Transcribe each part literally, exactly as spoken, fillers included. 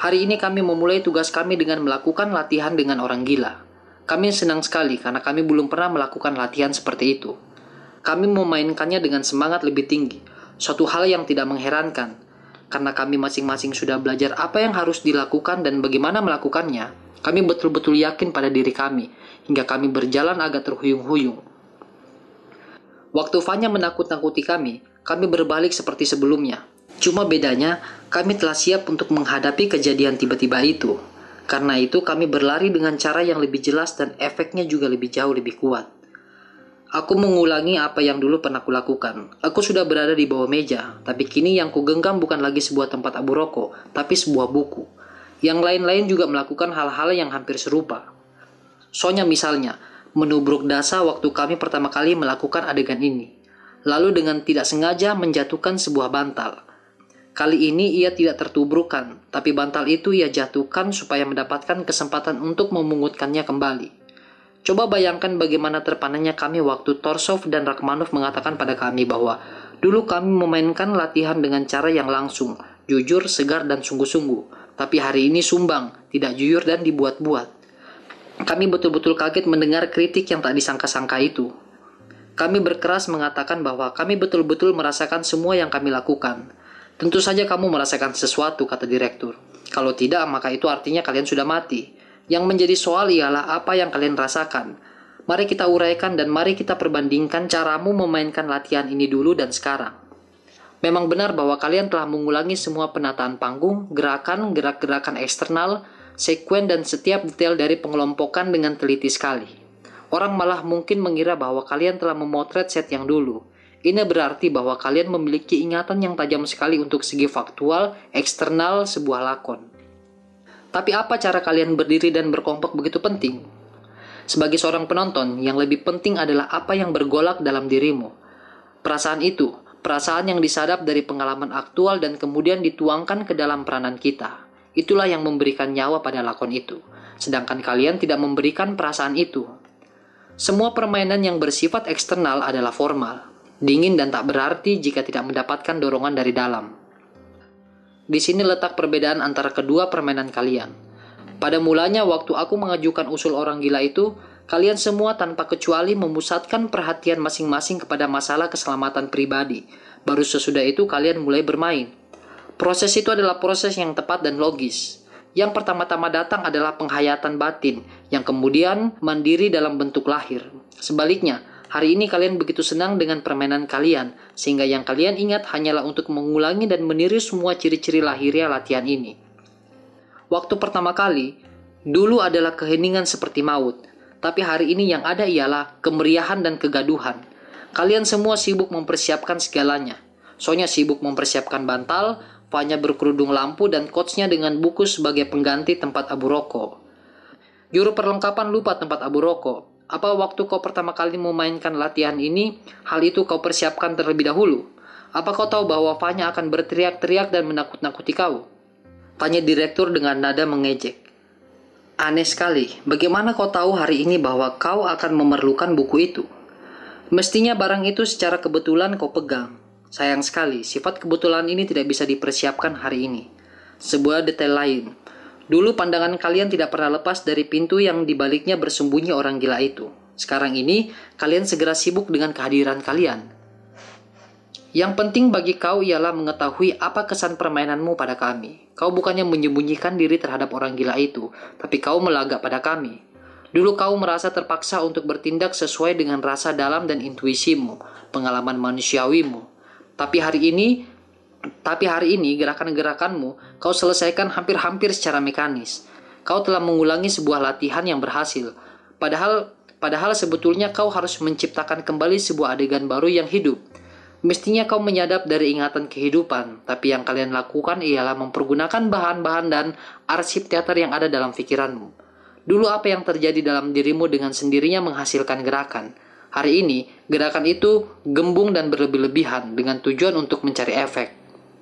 Hari ini kami memulai tugas kami dengan melakukan latihan dengan orang gila. Kami senang sekali karena kami belum pernah melakukan latihan seperti itu. Kami memainkannya dengan semangat lebih tinggi, suatu hal yang tidak mengherankan. Karena kami masing-masing sudah belajar apa yang harus dilakukan dan bagaimana melakukannya, kami betul-betul yakin pada diri kami, hingga kami berjalan agak terhuyung-huyung. Waktu Vanya menakut-nakuti kami, kami berbalik seperti sebelumnya. Cuma bedanya, kami telah siap untuk menghadapi kejadian tiba-tiba itu. Karena itu kami berlari dengan cara yang lebih jelas dan efeknya juga lebih jauh lebih kuat. Aku mengulangi apa yang dulu pernah kulakukan. Aku sudah berada di bawah meja, tapi kini yang kugenggam bukan lagi sebuah tempat abu rokok, tapi sebuah buku. Yang lain-lain juga melakukan hal-hal yang hampir serupa. Sonya misalnya, menubruk dasa waktu kami pertama kali melakukan adegan ini. Lalu dengan tidak sengaja menjatuhkan sebuah bantal. Kali ini ia tidak tertubrukkan, tapi bantal itu ia jatuhkan supaya mendapatkan kesempatan untuk memungutkannya kembali. Coba bayangkan bagaimana terpananya kami waktu Torsov dan Rachmanov mengatakan pada kami bahwa dulu kami memainkan latihan dengan cara yang langsung, jujur, segar, dan sungguh-sungguh. Tapi hari ini sumbang, tidak jujur dan dibuat-buat. Kami betul-betul kaget mendengar kritik yang tak disangka-sangka itu. Kami berkeras mengatakan bahwa kami betul-betul merasakan semua yang kami lakukan. Tentu saja kamu merasakan sesuatu, kata direktur. Kalau tidak, maka itu artinya kalian sudah mati. Yang menjadi soal ialah apa yang kalian rasakan. Mari kita uraikan dan mari kita perbandingkan caramu memainkan latihan ini dulu dan sekarang. Memang benar bahwa kalian telah mengulangi semua penataan panggung, gerakan, gerak-gerakan eksternal, sekuen dan setiap detail dari pengelompokan dengan teliti sekali. Orang malah mungkin mengira bahwa kalian telah memotret set yang dulu. Ini berarti bahwa kalian memiliki ingatan yang tajam sekali untuk segi faktual, eksternal sebuah lakon. Tapi apa cara kalian berdiri dan berkompak begitu penting? Sebagai seorang penonton, yang lebih penting adalah apa yang bergolak dalam dirimu. Perasaan itu, perasaan yang disadap dari pengalaman aktual dan kemudian dituangkan ke dalam peranan kita. Itulah yang memberikan nyawa pada lakon itu. Sedangkan kalian tidak memberikan perasaan itu. Semua permainan yang bersifat eksternal adalah formal. Dingin dan tak berarti jika tidak mendapatkan dorongan dari dalam. Di sini letak perbedaan antara kedua permainan kalian. Pada mulanya waktu aku mengajukan usul orang gila itu, kalian semua tanpa kecuali memusatkan perhatian masing-masing kepada masalah keselamatan pribadi. Baru sesudah itu kalian mulai bermain. Proses itu adalah proses yang tepat dan logis. Yang pertama-tama datang adalah penghayatan batin, yang kemudian mandiri dalam bentuk lahir. Sebaliknya, hari ini kalian begitu senang dengan permainan kalian, sehingga yang kalian ingat hanyalah untuk mengulangi dan meniru semua ciri-ciri lahiriah latihan ini. Waktu pertama kali, dulu adalah keheningan seperti maut, tapi hari ini yang ada ialah kemeriahan dan kegaduhan. Kalian semua sibuk mempersiapkan segalanya. Sonya sibuk mempersiapkan bantal, Vanya berkerudung lampu, dan coachnya dengan buku sebagai pengganti tempat abu rokok. Juru perlengkapan lupa tempat abu rokok. Apa waktu kau pertama kali memainkan latihan ini, hal itu kau persiapkan terlebih dahulu? Apa kau tahu bahwa Vanya akan berteriak-teriak dan menakut-nakuti kau? Tanya direktur dengan nada mengejek. Aneh sekali, bagaimana kau tahu hari ini bahwa kau akan memerlukan buku itu? Mestinya barang itu secara kebetulan kau pegang. Sayang sekali, sifat kebetulan ini tidak bisa dipersiapkan hari ini. Sebuah detail lain. Dulu pandangan kalian tidak pernah lepas dari pintu yang dibaliknya bersembunyi orang gila itu. Sekarang ini, kalian segera sibuk dengan kehadiran kalian. Yang penting bagi kau ialah mengetahui apa kesan permainanmu pada kami. Kau bukannya menyembunyikan diri terhadap orang gila itu, tapi kau melagak pada kami. Dulu kau merasa terpaksa untuk bertindak sesuai dengan rasa dalam dan intuisimu, pengalaman manusiawimu. Tapi hari ini, tapi hari ini gerakan-gerakanmu kau selesaikan hampir-hampir secara mekanis. Kau telah mengulangi sebuah latihan yang berhasil. Padahal, padahal sebetulnya kau harus menciptakan kembali sebuah adegan baru yang hidup. Mestinya kau menyadap dari ingatan kehidupan, tapi yang kalian lakukan ialah mempergunakan bahan-bahan dan arsip teater yang ada dalam pikiranmu. Dulu apa yang terjadi dalam dirimu dengan sendirinya menghasilkan gerakan. Hari ini, gerakan itu gembung dan berlebih-lebihan dengan tujuan untuk mencari efek.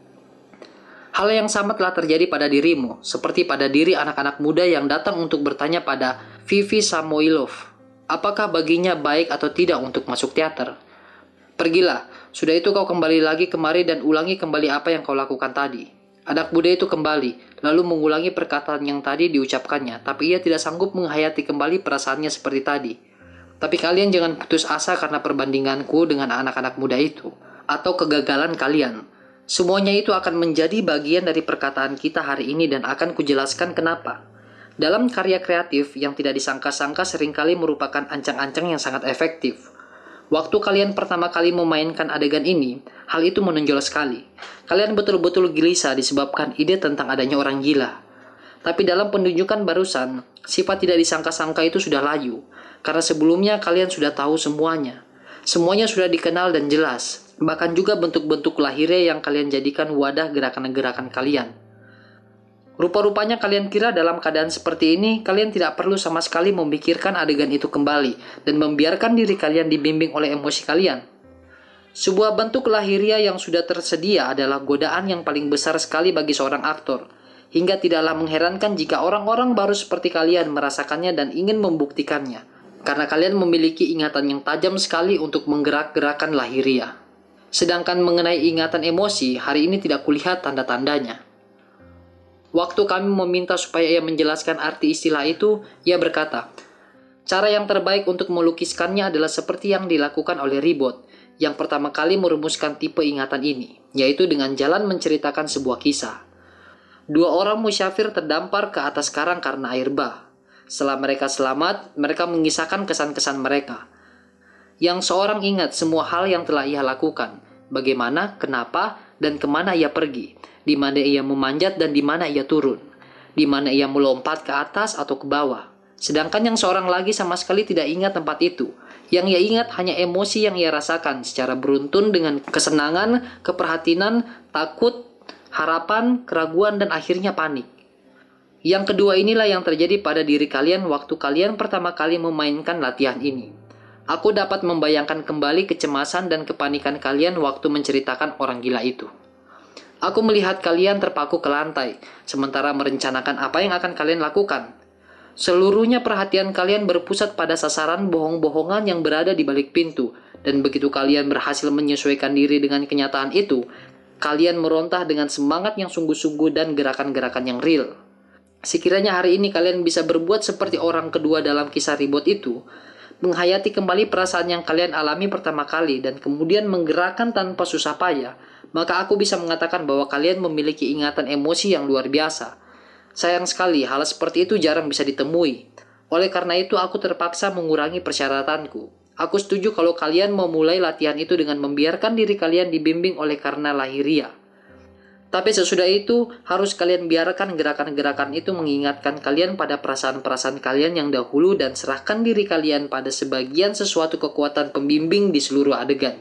Hal yang sama telah terjadi pada dirimu, seperti pada diri anak-anak muda yang datang untuk bertanya pada Vivi Samoilov, apakah baginya baik atau tidak untuk masuk teater. Pergilah, sudah itu kau kembali lagi kemari dan ulangi kembali apa yang kau lakukan tadi. Anak muda itu kembali, lalu mengulangi perkataan yang tadi diucapkannya, tapi ia tidak sanggup menghayati kembali perasaannya seperti tadi. Tapi kalian jangan putus asa karena perbandinganku dengan anak-anak muda itu, atau kegagalan kalian. Semuanya itu akan menjadi bagian dari perkataan kita hari ini dan akan kujelaskan kenapa. Dalam karya kreatif yang tidak disangka-sangka seringkali merupakan ancang-ancang yang sangat efektif. Waktu kalian pertama kali memainkan adegan ini, hal itu menonjol sekali. Kalian betul-betul gelisah disebabkan ide tentang adanya orang gila. Tapi dalam penunjukan barusan, sifat tidak disangka-sangka itu sudah layu. Karena sebelumnya kalian sudah tahu semuanya. Semuanya sudah dikenal dan jelas. Bahkan juga bentuk-bentuk lahirnya yang kalian jadikan wadah gerakan-gerakan kalian. Rupa-rupanya kalian kira dalam keadaan seperti ini, kalian tidak perlu sama sekali memikirkan adegan itu kembali dan membiarkan diri kalian dibimbing oleh emosi kalian. Sebuah bentuk lahiriah yang sudah tersedia adalah godaan yang paling besar sekali bagi seorang aktor, hingga tidaklah mengherankan jika orang-orang baru seperti kalian merasakannya dan ingin membuktikannya, karena kalian memiliki ingatan yang tajam sekali untuk menggerak-gerakan lahiriah. Sedangkan mengenai ingatan emosi, hari ini tidak kulihat tanda-tandanya. Waktu kami meminta supaya ia menjelaskan arti istilah itu, ia berkata, cara yang terbaik untuk melukiskannya adalah seperti yang dilakukan oleh Ribot, yang pertama kali merumuskan tipe ingatan ini, yaitu dengan jalan menceritakan sebuah kisah. Dua orang musyafir terdampar ke atas karang karena air bah. Setelah mereka selamat, mereka mengisahkan kesan-kesan mereka. Yang seorang ingat semua hal yang telah ia lakukan, bagaimana, kenapa, dan kemana ia pergi, di mana ia memanjat dan di mana ia turun, di mana ia melompat ke atas atau ke bawah. Sedangkan yang seorang lagi sama sekali tidak ingat tempat itu. Yang ia ingat hanya emosi yang ia rasakan secara beruntun dengan kesenangan, keprihatinan, takut, harapan, keraguan, dan akhirnya panik. Yang kedua inilah yang terjadi pada diri kalian waktu kalian pertama kali memainkan latihan ini. Aku dapat membayangkan kembali kecemasan dan kepanikan kalian waktu menceritakan orang gila itu. Aku melihat kalian terpaku ke lantai, sementara merencanakan apa yang akan kalian lakukan. Seluruhnya perhatian kalian berpusat pada sasaran bohong-bohongan yang berada di balik pintu, dan begitu kalian berhasil menyesuaikan diri dengan kenyataan itu, kalian merontah dengan semangat yang sungguh-sungguh dan gerakan-gerakan yang real. Sekiranya hari ini kalian bisa berbuat seperti orang kedua dalam kisah Ribot itu, menghayati kembali perasaan yang kalian alami pertama kali dan kemudian menggerakkan tanpa susah payah, maka aku bisa mengatakan bahwa kalian memiliki ingatan emosi yang luar biasa. Sayang sekali, hal seperti itu jarang bisa ditemui. Oleh karena itu, aku terpaksa mengurangi persyaratanku. Aku setuju kalau kalian memulai latihan itu dengan membiarkan diri kalian dibimbing oleh karena lahiriah. Tapi sesudah itu, harus kalian biarkan gerakan-gerakan itu mengingatkan kalian pada perasaan-perasaan kalian yang dahulu dan serahkan diri kalian pada sebagian sesuatu kekuatan pembimbing di seluruh adegan.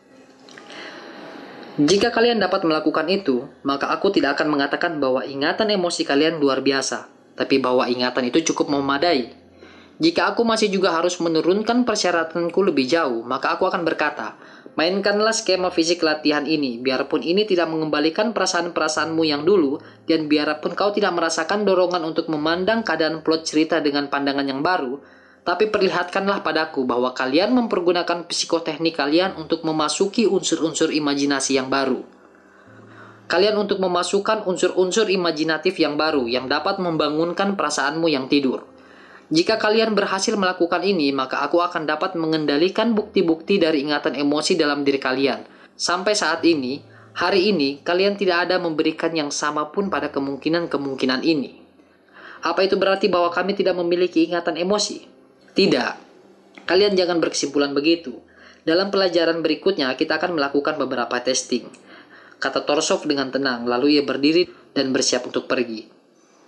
Jika kalian dapat melakukan itu, maka aku tidak akan mengatakan bahwa ingatan emosi kalian luar biasa, tapi bahwa ingatan itu cukup memadai. Jika aku masih juga harus menurunkan persyaratanku lebih jauh, maka aku akan berkata, mainkanlah skema fisik latihan ini, biarpun ini tidak mengembalikan perasaan-perasaanmu yang dulu, dan biarpun kau tidak merasakan dorongan untuk memandang keadaan plot cerita dengan pandangan yang baru, tapi perlihatkanlah padaku bahwa kalian mempergunakan psikoteknik kalian untuk memasuki unsur-unsur imajinasi yang baru. Kalian untuk memasukkan unsur-unsur imajinatif yang baru yang dapat membangunkan perasaanmu yang tidur. Jika kalian berhasil melakukan ini, maka aku akan dapat mengendalikan bukti-bukti dari ingatan emosi dalam diri kalian. Sampai saat ini, hari ini, kalian tidak ada memberikan yang sama pun pada kemungkinan-kemungkinan ini. Apa itu berarti bahwa kami tidak memiliki ingatan emosi? Tidak. Kalian jangan berkesimpulan begitu. Dalam pelajaran berikutnya, kita akan melakukan beberapa testing. Kata Torsov dengan tenang, lalu ia berdiri dan bersiap untuk pergi.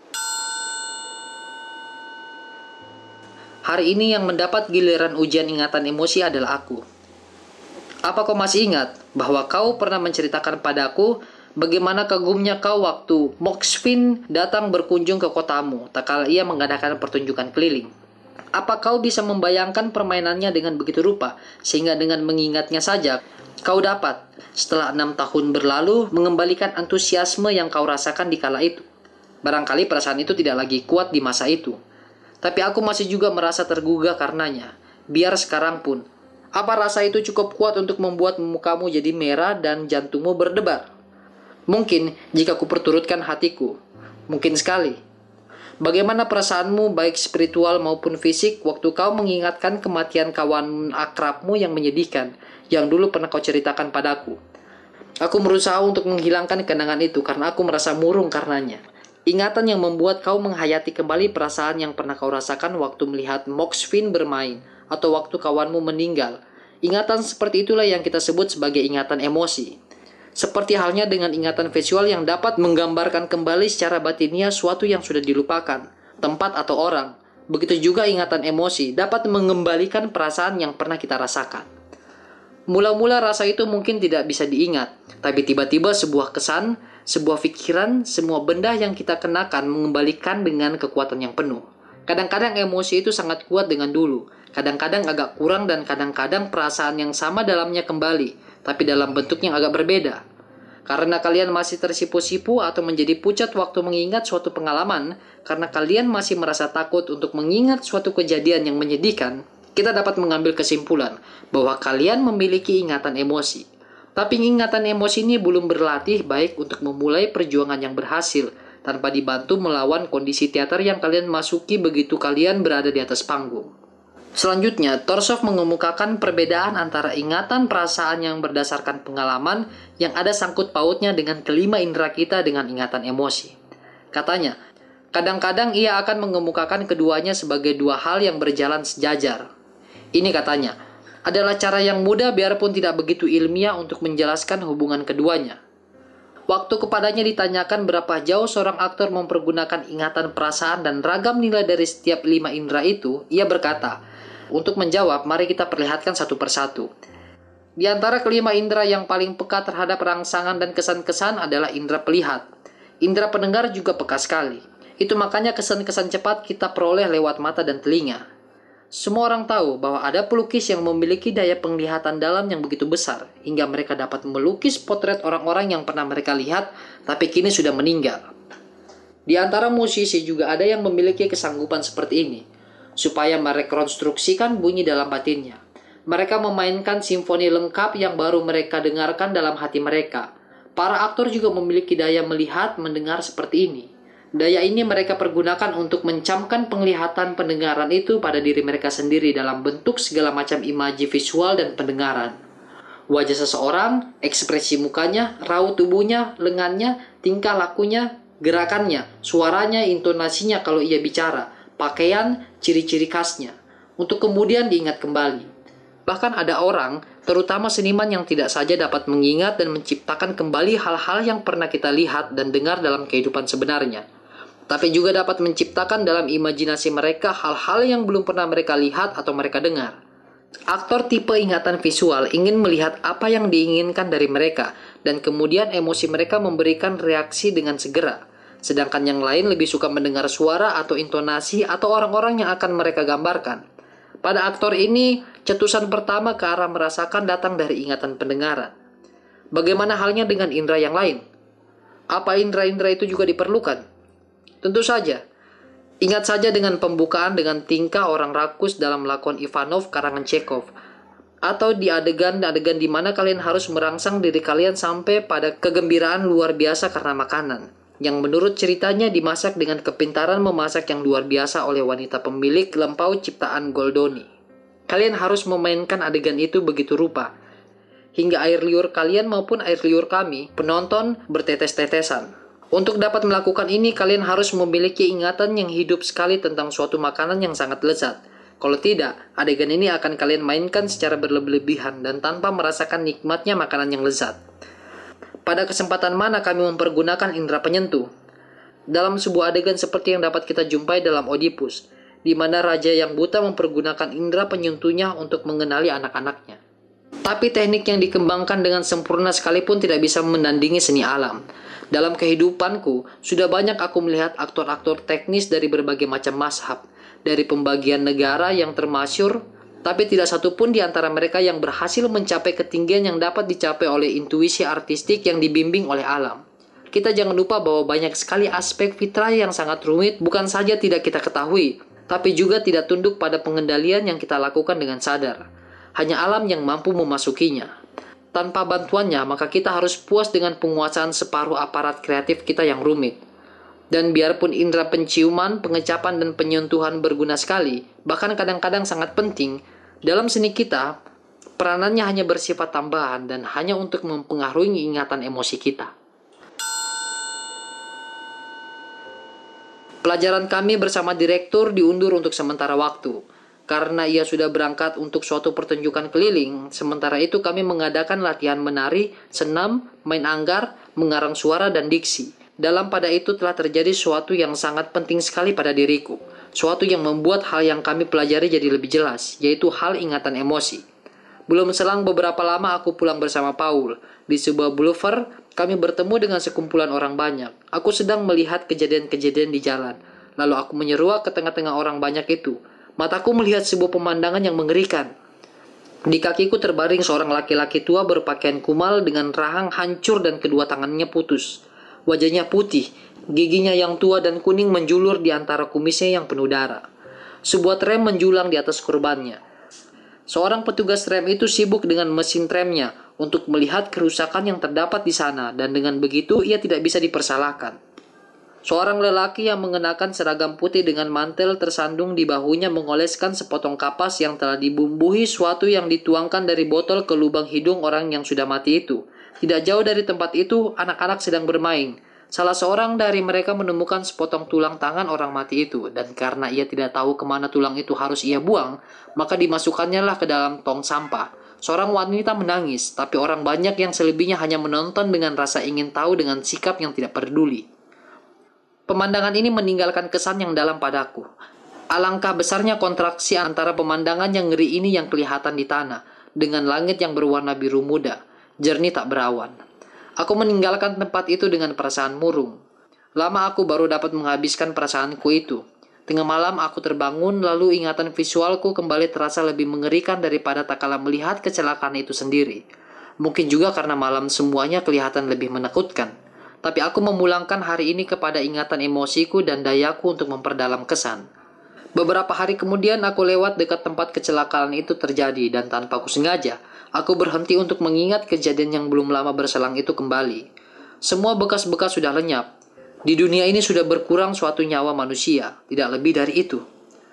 Hari ini yang mendapat giliran ujian ingatan emosi adalah aku. Apa kau masih ingat bahwa kau pernah menceritakan padaku bagaimana kagumnya kau waktu Moxfin datang berkunjung ke kotamu tak kala ia mengadakan pertunjukan keliling? Apa kau bisa membayangkan permainannya dengan begitu rupa sehingga dengan mengingatnya saja kau dapat setelah enam tahun berlalu mengembalikan antusiasme yang kau rasakan di kala itu? Barangkali perasaan itu tidak lagi kuat di masa itu. Tapi aku masih juga merasa tergugah karenanya. Biar sekarang pun. Apa rasa itu cukup kuat untuk membuat mukamu jadi merah dan jantungmu berdebar? Mungkin jika kuperturutkan hatiku. Mungkin sekali. Bagaimana perasaanmu baik spiritual maupun fisik waktu kau mengingatkan kematian kawan akrabmu yang menyedihkan, yang dulu pernah kau ceritakan padaku? Aku berusaha untuk menghilangkan kenangan itu karena aku merasa murung karenanya. Ingatan yang membuat kau menghayati kembali perasaan yang pernah kau rasakan waktu melihat Mox Fin bermain, atau waktu kawanmu meninggal. Ingatan seperti itulah yang kita sebut sebagai ingatan emosi. Seperti halnya dengan ingatan visual yang dapat menggambarkan kembali secara batinnya suatu yang sudah dilupakan, tempat atau orang. Begitu juga ingatan emosi dapat mengembalikan perasaan yang pernah kita rasakan. Mula-mula rasa itu mungkin tidak bisa diingat, tapi tiba-tiba sebuah kesan, sebuah pikiran, semua benda yang kita kenakan mengembalikan dengan kekuatan yang penuh. Kadang-kadang emosi itu sangat kuat dengan dulu, kadang-kadang agak kurang dan kadang-kadang perasaan yang sama dalamnya kembali, tapi dalam bentuk yang agak berbeda. Karena kalian masih tersipu-sipu atau menjadi pucat waktu mengingat suatu pengalaman, karena kalian masih merasa takut untuk mengingat suatu kejadian yang menyedihkan, kita dapat mengambil kesimpulan bahwa kalian memiliki ingatan emosi. Tapi ingatan emosi ini belum berlatih baik untuk memulai perjuangan yang berhasil, tanpa dibantu melawan kondisi teater yang kalian masuki begitu kalian berada di atas panggung. Selanjutnya, Torsov mengemukakan perbedaan antara ingatan perasaan yang berdasarkan pengalaman yang ada sangkut pautnya dengan kelima indera kita dengan ingatan emosi. Katanya, kadang-kadang ia akan mengemukakan keduanya sebagai dua hal yang berjalan sejajar. Ini katanya, adalah cara yang mudah biarpun tidak begitu ilmiah untuk menjelaskan hubungan keduanya. Waktu kepadanya ditanyakan berapa jauh seorang aktor mempergunakan ingatan perasaan dan ragam nilai dari setiap lima indera itu, ia berkata, untuk menjawab, mari kita perlihatkan satu persatu. Di antara kelima indera yang paling peka terhadap rangsangan dan kesan-kesan adalah indera pelihat. Indera pendengar juga peka sekali. Itu makanya kesan-kesan cepat kita peroleh lewat mata dan telinga. Semua orang tahu bahwa ada pelukis yang memiliki daya penglihatan dalam yang begitu besar, hingga mereka dapat melukis potret orang-orang yang pernah mereka lihat, tapi kini sudah meninggal. Di antara musisi juga ada yang memiliki kesanggupan seperti ini, supaya merekonstruksikan bunyi dalam batinnya. Mereka memainkan simfoni lengkap yang baru mereka dengarkan dalam hati mereka. Para aktor juga memiliki daya melihat, mendengar seperti ini. Daya ini mereka pergunakan untuk mencamkan penglihatan pendengaran itu pada diri mereka sendiri dalam bentuk segala macam imaji visual dan pendengaran. Wajah seseorang, ekspresi mukanya, raut tubuhnya, lengannya, tingkah lakunya, gerakannya, suaranya, intonasinya kalau ia bicara, pakaian, ciri-ciri khasnya, untuk kemudian diingat kembali. Bahkan ada orang, terutama seniman yang tidak saja dapat mengingat dan menciptakan kembali hal-hal yang pernah kita lihat dan dengar dalam kehidupan sebenarnya, tapi juga dapat menciptakan dalam imajinasi mereka hal-hal yang belum pernah mereka lihat atau mereka dengar. Aktor tipe ingatan visual ingin melihat apa yang diinginkan dari mereka, dan kemudian emosi mereka memberikan reaksi dengan segera. Sedangkan yang lain lebih suka mendengar suara atau intonasi atau orang-orang yang akan mereka gambarkan. Pada aktor ini, cetusan pertama ke arah merasakan datang dari ingatan pendengaran. Bagaimana halnya dengan indera yang lain? Apa indera-indera itu juga diperlukan? Tentu saja. Ingat saja dengan pembukaan dengan tingkah orang rakus dalam lakon Ivanov karangan Chekhov, atau di adegan-adegan di mana kalian harus merangsang diri kalian sampai pada kegembiraan luar biasa karena makanan, yang menurut ceritanya dimasak dengan kepintaran memasak yang luar biasa oleh wanita pemilik lempau ciptaan Goldoni. Kalian harus memainkan adegan itu begitu rupa, hingga air liur kalian maupun air liur kami, penonton, bertetes-tetesan. Untuk dapat melakukan ini, kalian harus memiliki ingatan yang hidup sekali tentang suatu makanan yang sangat lezat. Kalau tidak, adegan ini akan kalian mainkan secara berlebihan dan tanpa merasakan nikmatnya makanan yang lezat. Pada kesempatan mana kami mempergunakan indera penyentuh? Dalam sebuah adegan seperti yang dapat kita jumpai dalam Oedipus, di mana raja yang buta mempergunakan indera penyentuhnya untuk mengenali anak-anaknya. Tapi teknik yang dikembangkan dengan sempurna sekalipun tidak bisa menandingi seni alam. Dalam kehidupanku, sudah banyak aku melihat aktor-aktor teknis dari berbagai macam mazhab, dari pembagian negara yang termasyur, tapi tidak satu pun di antara mereka yang berhasil mencapai ketinggian yang dapat dicapai oleh intuisi artistik yang dibimbing oleh alam. Kita jangan lupa bahwa banyak sekali aspek fitrah yang sangat rumit bukan saja tidak kita ketahui, tapi juga tidak tunduk pada pengendalian yang kita lakukan dengan sadar. Hanya alam yang mampu memasukinya. Tanpa bantuannya, maka kita harus puas dengan penguasaan separuh aparat kreatif kita yang rumit. Dan biarpun indera penciuman, pengecapan, dan penyentuhan berguna sekali, bahkan kadang-kadang sangat penting, dalam seni kita, peranannya hanya bersifat tambahan dan hanya untuk mempengaruhi ingatan emosi kita. Pelajaran kami bersama direktur diundur untuk sementara waktu. Karena ia sudah berangkat untuk suatu pertunjukan keliling, sementara itu kami mengadakan latihan menari, senam, main anggar, mengarang suara, dan diksi. Dalam pada itu telah terjadi suatu yang sangat penting sekali pada diriku. Suatu yang membuat hal yang kami pelajari jadi lebih jelas, yaitu hal ingatan emosi. Belum selang beberapa lama aku pulang bersama Paul. Di sebuah boulevard, kami bertemu dengan sekumpulan orang banyak. Aku sedang melihat kejadian-kejadian di jalan. Lalu aku menyeruak ke tengah-tengah orang banyak itu. Mataku melihat sebuah pemandangan yang mengerikan. Di kakiku terbaring seorang laki-laki tua berpakaian kumal dengan rahang hancur dan kedua tangannya putus. Wajahnya putih, giginya yang tua dan kuning menjulur di antara kumisnya yang penuh darah. Sebuah tram menjulang di atas korbannya. Seorang petugas tram itu sibuk dengan mesin tramnya untuk melihat kerusakan yang terdapat di sana, dan dengan begitu ia tidak bisa dipersalahkan. Seorang lelaki yang mengenakan seragam putih dengan mantel tersandung di bahunya mengoleskan sepotong kapas yang telah dibumbuhi suatu yang dituangkan dari botol ke lubang hidung orang yang sudah mati itu. Tidak jauh dari tempat itu, anak-anak sedang bermain. Salah seorang dari mereka menemukan sepotong tulang tangan orang mati itu, dan karena ia tidak tahu kemana tulang itu harus ia buang, maka dimasukkannya lah ke dalam tong sampah. Seorang wanita menangis, tapi orang banyak yang selebihnya hanya menonton dengan rasa ingin tahu dengan sikap yang tidak peduli. Pemandangan ini meninggalkan kesan yang dalam padaku. Alangkah besarnya kontraksi antara pemandangan yang ngeri ini yang kelihatan di tanah, dengan langit yang berwarna biru muda, jernih tak berawan. Aku meninggalkan tempat itu dengan perasaan murung. Lama aku baru dapat menghabiskan perasaanku itu. Tengah malam aku terbangun, lalu ingatan visualku kembali terasa lebih mengerikan daripada tak kala melihat kecelakaan itu sendiri. Mungkin juga karena malam semuanya kelihatan lebih menakutkan. Tapi aku memulangkan hari ini kepada ingatan emosiku dan dayaku untuk memperdalam kesan. Beberapa hari kemudian aku lewat dekat tempat kecelakaan itu terjadi, dan tanpa aku sengaja, aku berhenti untuk mengingat kejadian yang belum lama berselang itu kembali. Semua bekas-bekas sudah lenyap. Di dunia ini sudah berkurang suatu nyawa manusia, tidak lebih dari itu.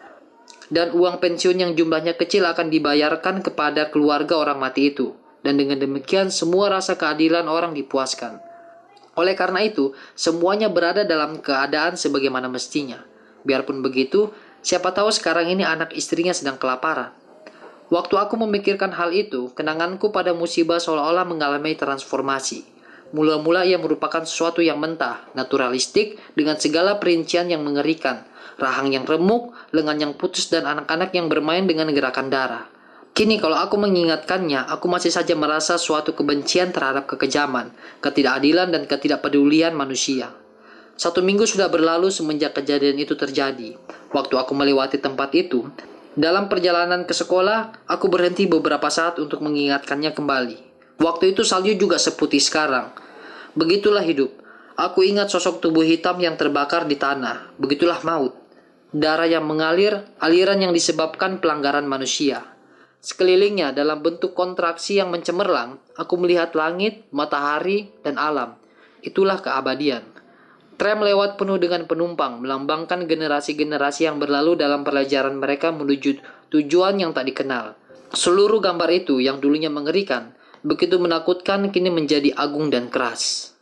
Dan uang pensiun yang jumlahnya kecil akan dibayarkan kepada keluarga orang mati itu. Dan dengan demikian semua rasa keadilan orang dipuaskan. Oleh karena itu, semuanya berada dalam keadaan sebagaimana mestinya. Biarpun begitu, siapa tahu sekarang ini anak istrinya sedang kelaparan. Waktu aku memikirkan hal itu, kenanganku pada musibah seolah-olah mengalami transformasi. Mula-mula ia merupakan sesuatu yang mentah, naturalistik, dengan segala perincian yang mengerikan. Rahang yang remuk, lengan yang putus, dan anak-anak yang bermain dengan gerakan darah. Kini kalau aku mengingatkannya, aku masih saja merasa suatu kebencian terhadap kekejaman, ketidakadilan, dan ketidakpedulian manusia. Satu minggu sudah berlalu semenjak kejadian itu terjadi. Waktu aku melewati tempat itu, dalam perjalanan ke sekolah, aku berhenti beberapa saat untuk mengingatkannya kembali. Waktu itu salju juga seputih sekarang. Begitulah hidup. Aku ingat sosok tubuh hitam yang terbakar di tanah. Begitulah maut. Darah yang mengalir, aliran yang disebabkan pelanggaran manusia. Sekelilingnya dalam bentuk kontraksi yang mencemerlang, aku melihat langit, matahari, dan alam. Itulah keabadian. Tram lewat penuh dengan penumpang, melambangkan generasi-generasi yang berlalu dalam pelajaran mereka menuju tujuan yang tak dikenal. Seluruh gambar itu yang dulunya mengerikan, begitu menakutkan kini menjadi agung dan keras.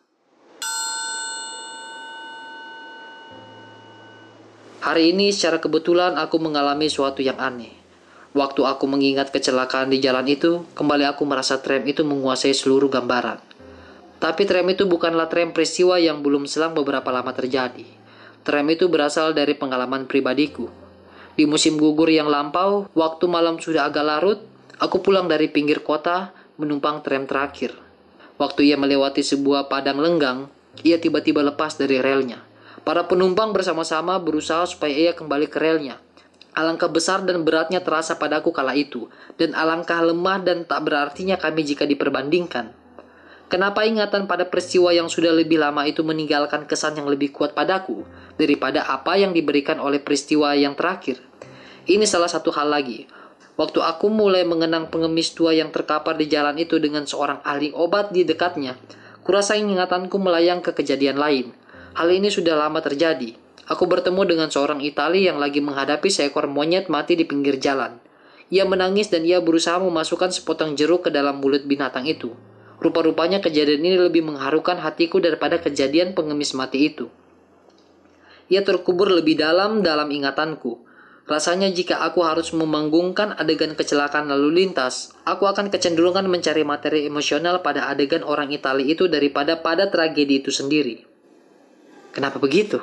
Hari ini secara kebetulan aku mengalami suatu yang aneh. Waktu aku mengingat kecelakaan di jalan itu, kembali aku merasa tram itu menguasai seluruh gambaran. Tapi tram itu bukanlah tram peristiwa yang belum selang beberapa lama terjadi. Tram itu berasal dari pengalaman pribadiku. Di musim gugur yang lampau, waktu malam sudah agak larut, aku pulang dari pinggir kota menumpang tram terakhir. Waktu ia melewati sebuah padang lenggang, ia tiba-tiba lepas dari relnya. Para penumpang bersama-sama berusaha supaya ia kembali ke relnya. Alangkah besar dan beratnya terasa padaku kala itu, dan alangkah lemah dan tak berartinya kami jika diperbandingkan. Kenapa ingatan pada peristiwa yang sudah lebih lama itu meninggalkan kesan yang lebih kuat padaku daripada apa yang diberikan oleh peristiwa yang terakhir? Ini salah satu hal lagi. Waktu aku mulai mengenang pengemis tua yang terkapar di jalan itu dengan seorang ahli obat di dekatnya, kurasa ingatanku melayang ke kejadian lain. Hal ini sudah lama terjadi. Aku bertemu dengan seorang Itali yang lagi menghadapi seekor monyet mati di pinggir jalan. Ia menangis dan ia berusaha memasukkan sepotong jeruk ke dalam mulut binatang itu. Rupa-rupanya kejadian ini lebih mengharukan hatiku daripada kejadian pengemis mati itu. Ia terkubur lebih dalam dalam ingatanku. Rasanya jika aku harus memanggungkan adegan kecelakaan lalu lintas, aku akan kecenderungan mencari materi emosional pada adegan orang Itali itu daripada pada tragedi itu sendiri. Kenapa begitu?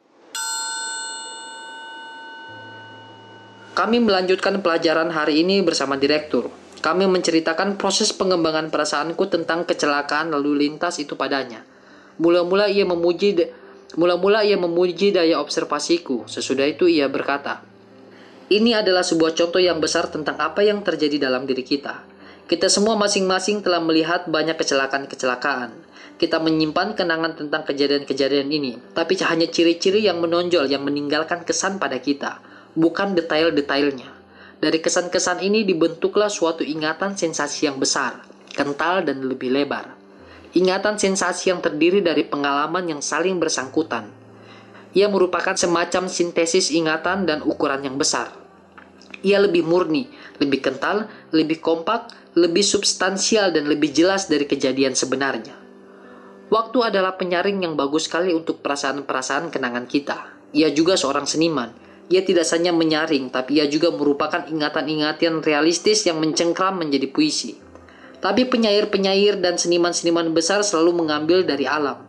Kami melanjutkan pelajaran hari ini bersama direktur. Kami menceritakan proses pengembangan perasaanku tentang kecelakaan lalu lintas itu padanya. Mula-mula ia memuji mula-mula ia memuji daya observasiku. Sesudah itu ia berkata, "Ini adalah sebuah contoh yang besar tentang apa yang terjadi dalam diri kita. Kita semua masing-masing telah melihat banyak kecelakaan-kecelakaan. Kita menyimpan kenangan tentang kejadian-kejadian ini, tapi hanya ciri-ciri yang menonjol yang meninggalkan kesan pada kita, bukan detail-detailnya. Dari kesan-kesan ini dibentuklah suatu ingatan sensasi yang besar, kental dan lebih lebar. Ingatan sensasi yang terdiri dari pengalaman yang saling bersangkutan. Ia merupakan semacam sintesis ingatan dan ukuran yang besar. Ia lebih murni, lebih kental, lebih kompak, lebih substansial dan lebih jelas dari kejadian sebenarnya. Waktu adalah penyaring yang bagus sekali untuk perasaan-perasaan kenangan kita. Ia juga seorang seniman. Ia tidak hanya menyaring, tapi ia juga merupakan ingatan-ingatan realistis yang mencengkram menjadi puisi. Tapi penyair-penyair dan seniman-seniman besar selalu mengambil dari alam.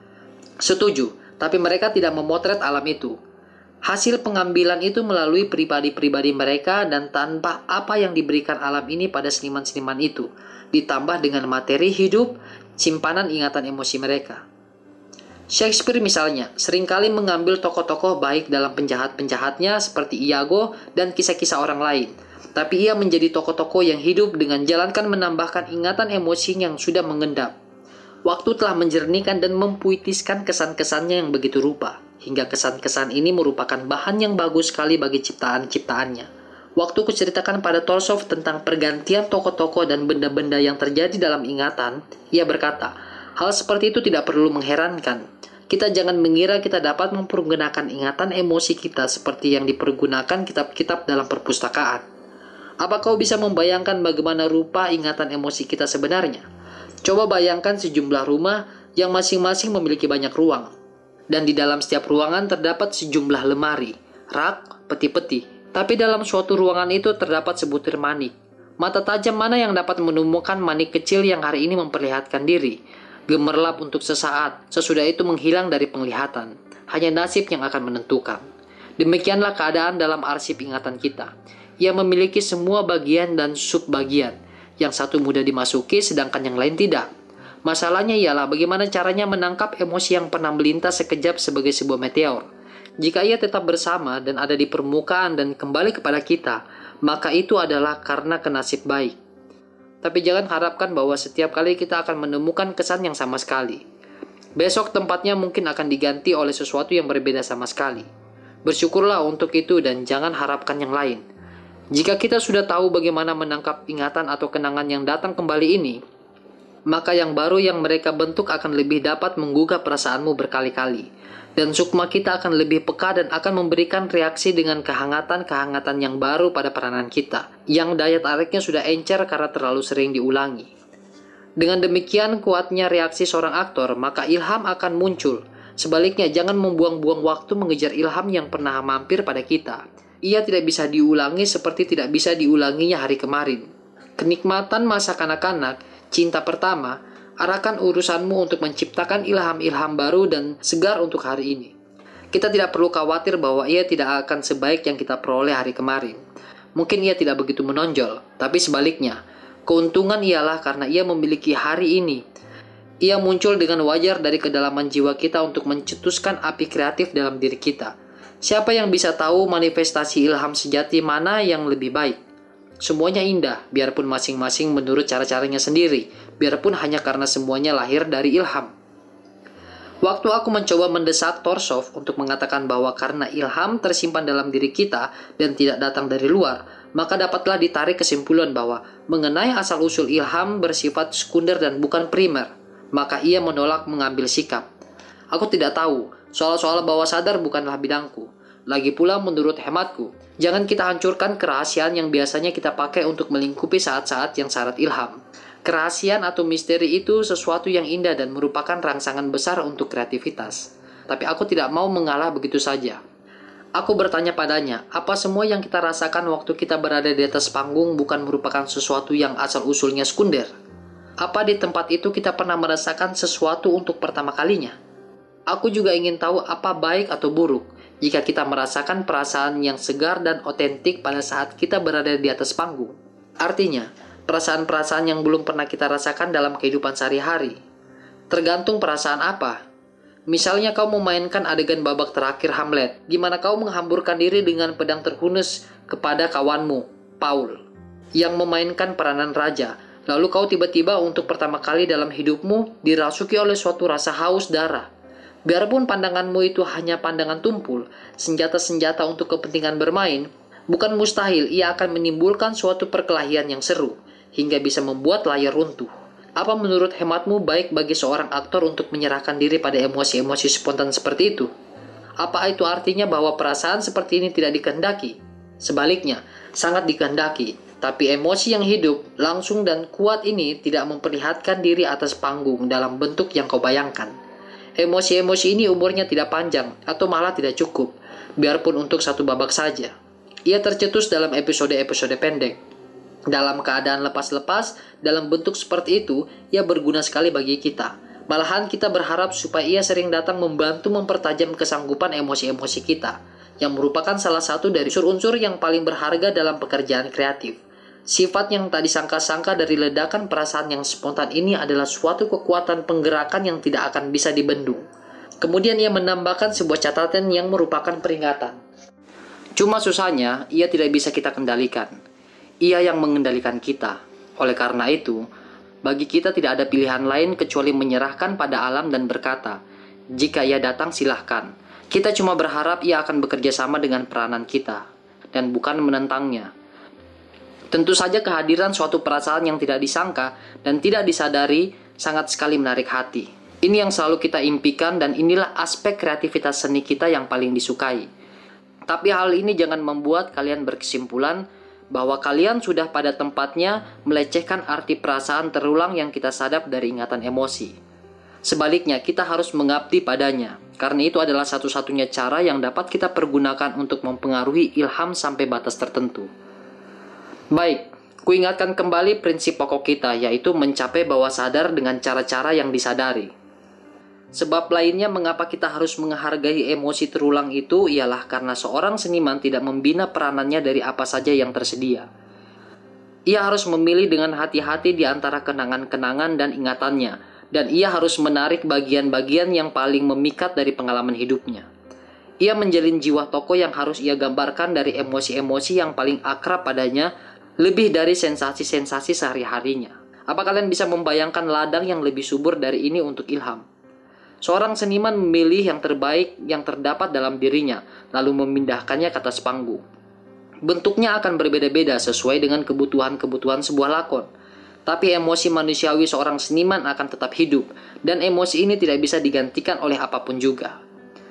Setuju, tapi mereka tidak memotret alam itu. Hasil pengambilan itu melalui pribadi-pribadi mereka dan tanpa apa yang diberikan alam ini pada seniman-seniman itu, ditambah dengan materi hidup, simpanan ingatan emosi mereka. Shakespeare misalnya, seringkali mengambil tokoh-tokoh baik dalam penjahat-penjahatnya seperti Iago dan kisah-kisah orang lain. Tapi ia menjadi tokoh-tokoh yang hidup dengan jalankan menambahkan ingatan emosi yang sudah mengendap. Waktu telah menjernihkan dan mempuitiskan kesan-kesannya yang begitu rupa, hingga kesan-kesan ini merupakan bahan yang bagus sekali bagi ciptaan-ciptaannya. Waktu kuceritakan pada Tolstoy tentang pergantian tokoh-tokoh dan benda-benda yang terjadi dalam ingatan, ia berkata, hal seperti itu tidak perlu mengherankan. Kita jangan mengira kita dapat mempergunakan ingatan emosi kita seperti yang dipergunakan kitab-kitab dalam perpustakaan. Apa kau bisa membayangkan bagaimana rupa ingatan emosi kita sebenarnya? Coba bayangkan sejumlah rumah yang masing-masing memiliki banyak ruang. Dan di dalam setiap ruangan terdapat sejumlah lemari, rak, peti-peti. Tapi dalam suatu ruangan itu terdapat sebutir manik. Mata tajam mana yang dapat menemukan manik kecil yang hari ini memperlihatkan diri? Gemerlap untuk sesaat, sesudah itu menghilang dari penglihatan. Hanya nasib yang akan menentukan. Demikianlah keadaan dalam arsip ingatan kita. Ia memiliki semua bagian dan subbagian. Yang satu mudah dimasuki, sedangkan yang lain tidak. Masalahnya ialah bagaimana caranya menangkap emosi yang pernah melintas sekejap sebagai sebuah meteor. Jika ia tetap bersama dan ada di permukaan dan kembali kepada kita, maka itu adalah karena kenasib baik. Tapi jangan harapkan bahwa setiap kali kita akan menemukan kesan yang sama sekali. Besok tempatnya mungkin akan diganti oleh sesuatu yang berbeda sama sekali. Bersyukurlah untuk itu dan jangan harapkan yang lain. Jika kita sudah tahu bagaimana menangkap ingatan atau kenangan yang datang kembali ini, maka yang baru yang mereka bentuk akan lebih dapat menggugah perasaanmu berkali-kali. Dan sukma kita akan lebih peka dan akan memberikan reaksi dengan kehangatan-kehangatan yang baru pada peranan kita, yang daya tariknya sudah encer karena terlalu sering diulangi. Dengan demikian kuatnya reaksi seorang aktor, maka ilham akan muncul. Sebaliknya, jangan membuang-buang waktu mengejar ilham yang pernah mampir pada kita. Ia tidak bisa diulangi seperti tidak bisa diulanginya hari kemarin. Kenikmatan masa kanak-kanak, cinta pertama, arahkan urusanmu untuk menciptakan ilham-ilham baru dan segar untuk hari ini. Kita tidak perlu khawatir bahwa ia tidak akan sebaik yang kita peroleh hari kemarin. Mungkin ia tidak begitu menonjol, tapi sebaliknya. Keuntungan ialah karena ia memiliki hari ini. Ia muncul dengan wajar dari kedalaman jiwa kita untuk mencetuskan api kreatif dalam diri kita. Siapa yang bisa tahu manifestasi ilham sejati mana yang lebih baik? Semuanya indah, biarpun masing-masing menurut cara-caranya sendiri, biarpun hanya karena semuanya lahir dari ilham. Waktu aku mencoba mendesak Torsov untuk mengatakan bahwa karena ilham tersimpan dalam diri kita dan tidak datang dari luar, maka dapatlah ditarik kesimpulan bahwa mengenai asal-usul ilham bersifat sekunder dan bukan primer, maka ia menolak mengambil sikap. Aku tidak tahu, soal-soal bawah sadar bukanlah bidangku. Lagi pula menurut hematku, jangan kita hancurkan kerahasiaan yang biasanya kita pakai untuk melingkupi saat-saat yang syarat ilham. Kerahasiaan atau misteri itu sesuatu yang indah dan merupakan rangsangan besar untuk kreativitas. Tapi aku tidak mau mengalah begitu saja. Aku bertanya padanya, apa semua yang kita rasakan waktu kita berada di atas panggung bukan merupakan sesuatu yang asal-usulnya sekunder? Apa di tempat itu kita pernah merasakan sesuatu untuk pertama kalinya? Aku juga ingin tahu apa baik atau buruk jika kita merasakan perasaan yang segar dan otentik pada saat kita berada di atas panggung. Artinya, perasaan-perasaan yang belum pernah kita rasakan dalam kehidupan sehari-hari. Tergantung perasaan apa. Misalnya kau memainkan adegan babak terakhir Hamlet, gimana kau menghamburkan diri dengan pedang terhunus kepada kawanmu, Paul, yang memainkan peranan raja, lalu kau tiba-tiba untuk pertama kali dalam hidupmu dirasuki oleh suatu rasa haus darah. Biarpun pandanganmu itu hanya pandangan tumpul, senjata-senjata untuk kepentingan bermain, bukan mustahil ia akan menimbulkan suatu perkelahian yang seru, hingga bisa membuat layar runtuh. Apa menurut hematmu baik bagi seorang aktor untuk menyerahkan diri pada emosi-emosi spontan seperti itu? Apa itu artinya bahwa perasaan seperti ini tidak dikehendaki? Sebaliknya, sangat dikehendaki, tapi emosi yang hidup, langsung dan kuat ini tidak memperlihatkan diri atas panggung dalam bentuk yang kau bayangkan. Emosi-emosi ini umurnya tidak panjang atau malah tidak cukup, biarpun untuk satu babak saja. Ia tercetus dalam episode-episode pendek. Dalam keadaan lepas-lepas, dalam bentuk seperti itu, ia berguna sekali bagi kita. Malahan kita berharap supaya ia sering datang membantu mempertajam kesanggupan emosi-emosi kita, yang merupakan salah satu dari unsur-unsur yang paling berharga dalam pekerjaan kreatif. Sifat yang tak disangka-sangka dari ledakan perasaan yang spontan ini adalah suatu kekuatan penggerakan yang tidak akan bisa dibendung. Kemudian ia menambahkan sebuah catatan yang merupakan peringatan. Cuma susahnya, ia tidak bisa kita kendalikan. Ia yang mengendalikan kita. Oleh karena itu, bagi kita tidak ada pilihan lain kecuali menyerahkan pada alam dan berkata, jika ia datang silahkan. Kita cuma berharap ia akan bekerja sama dengan peranan kita, dan bukan menentangnya. Tentu saja kehadiran suatu perasaan yang tidak disangka dan tidak disadari sangat sekali menarik hati. Ini yang selalu kita impikan dan inilah aspek kreativitas seni kita yang paling disukai. Tapi hal ini jangan membuat kalian berkesimpulan bahwa kalian sudah pada tempatnya melecehkan arti perasaan terulang yang kita sadap dari ingatan emosi. Sebaliknya, kita harus mengabdi padanya, karena itu adalah satu-satunya cara yang dapat kita pergunakan untuk mempengaruhi ilham sampai batas tertentu. Baik, kuingatkan kembali prinsip pokok kita, yaitu mencapai bawah sadar dengan cara-cara yang disadari. Sebab lainnya mengapa kita harus menghargai emosi terulang itu ialah karena seorang seniman tidak membina peranannya dari apa saja yang tersedia. Ia harus memilih dengan hati-hati di antara kenangan-kenangan dan ingatannya, dan ia harus menarik bagian-bagian yang paling memikat dari pengalaman hidupnya. Ia menjalin jiwa tokoh yang harus ia gambarkan dari emosi-emosi yang paling akrab padanya, lebih dari sensasi-sensasi sehari-harinya. Apa kalian bisa membayangkan ladang yang lebih subur dari ini untuk ilham? Seorang seniman memilih yang terbaik yang terdapat dalam dirinya, lalu memindahkannya ke atas panggung. Bentuknya akan berbeda-beda sesuai dengan kebutuhan-kebutuhan sebuah lakon. Tapi emosi manusiawi seorang seniman akan tetap hidup, dan emosi ini tidak bisa digantikan oleh apapun juga.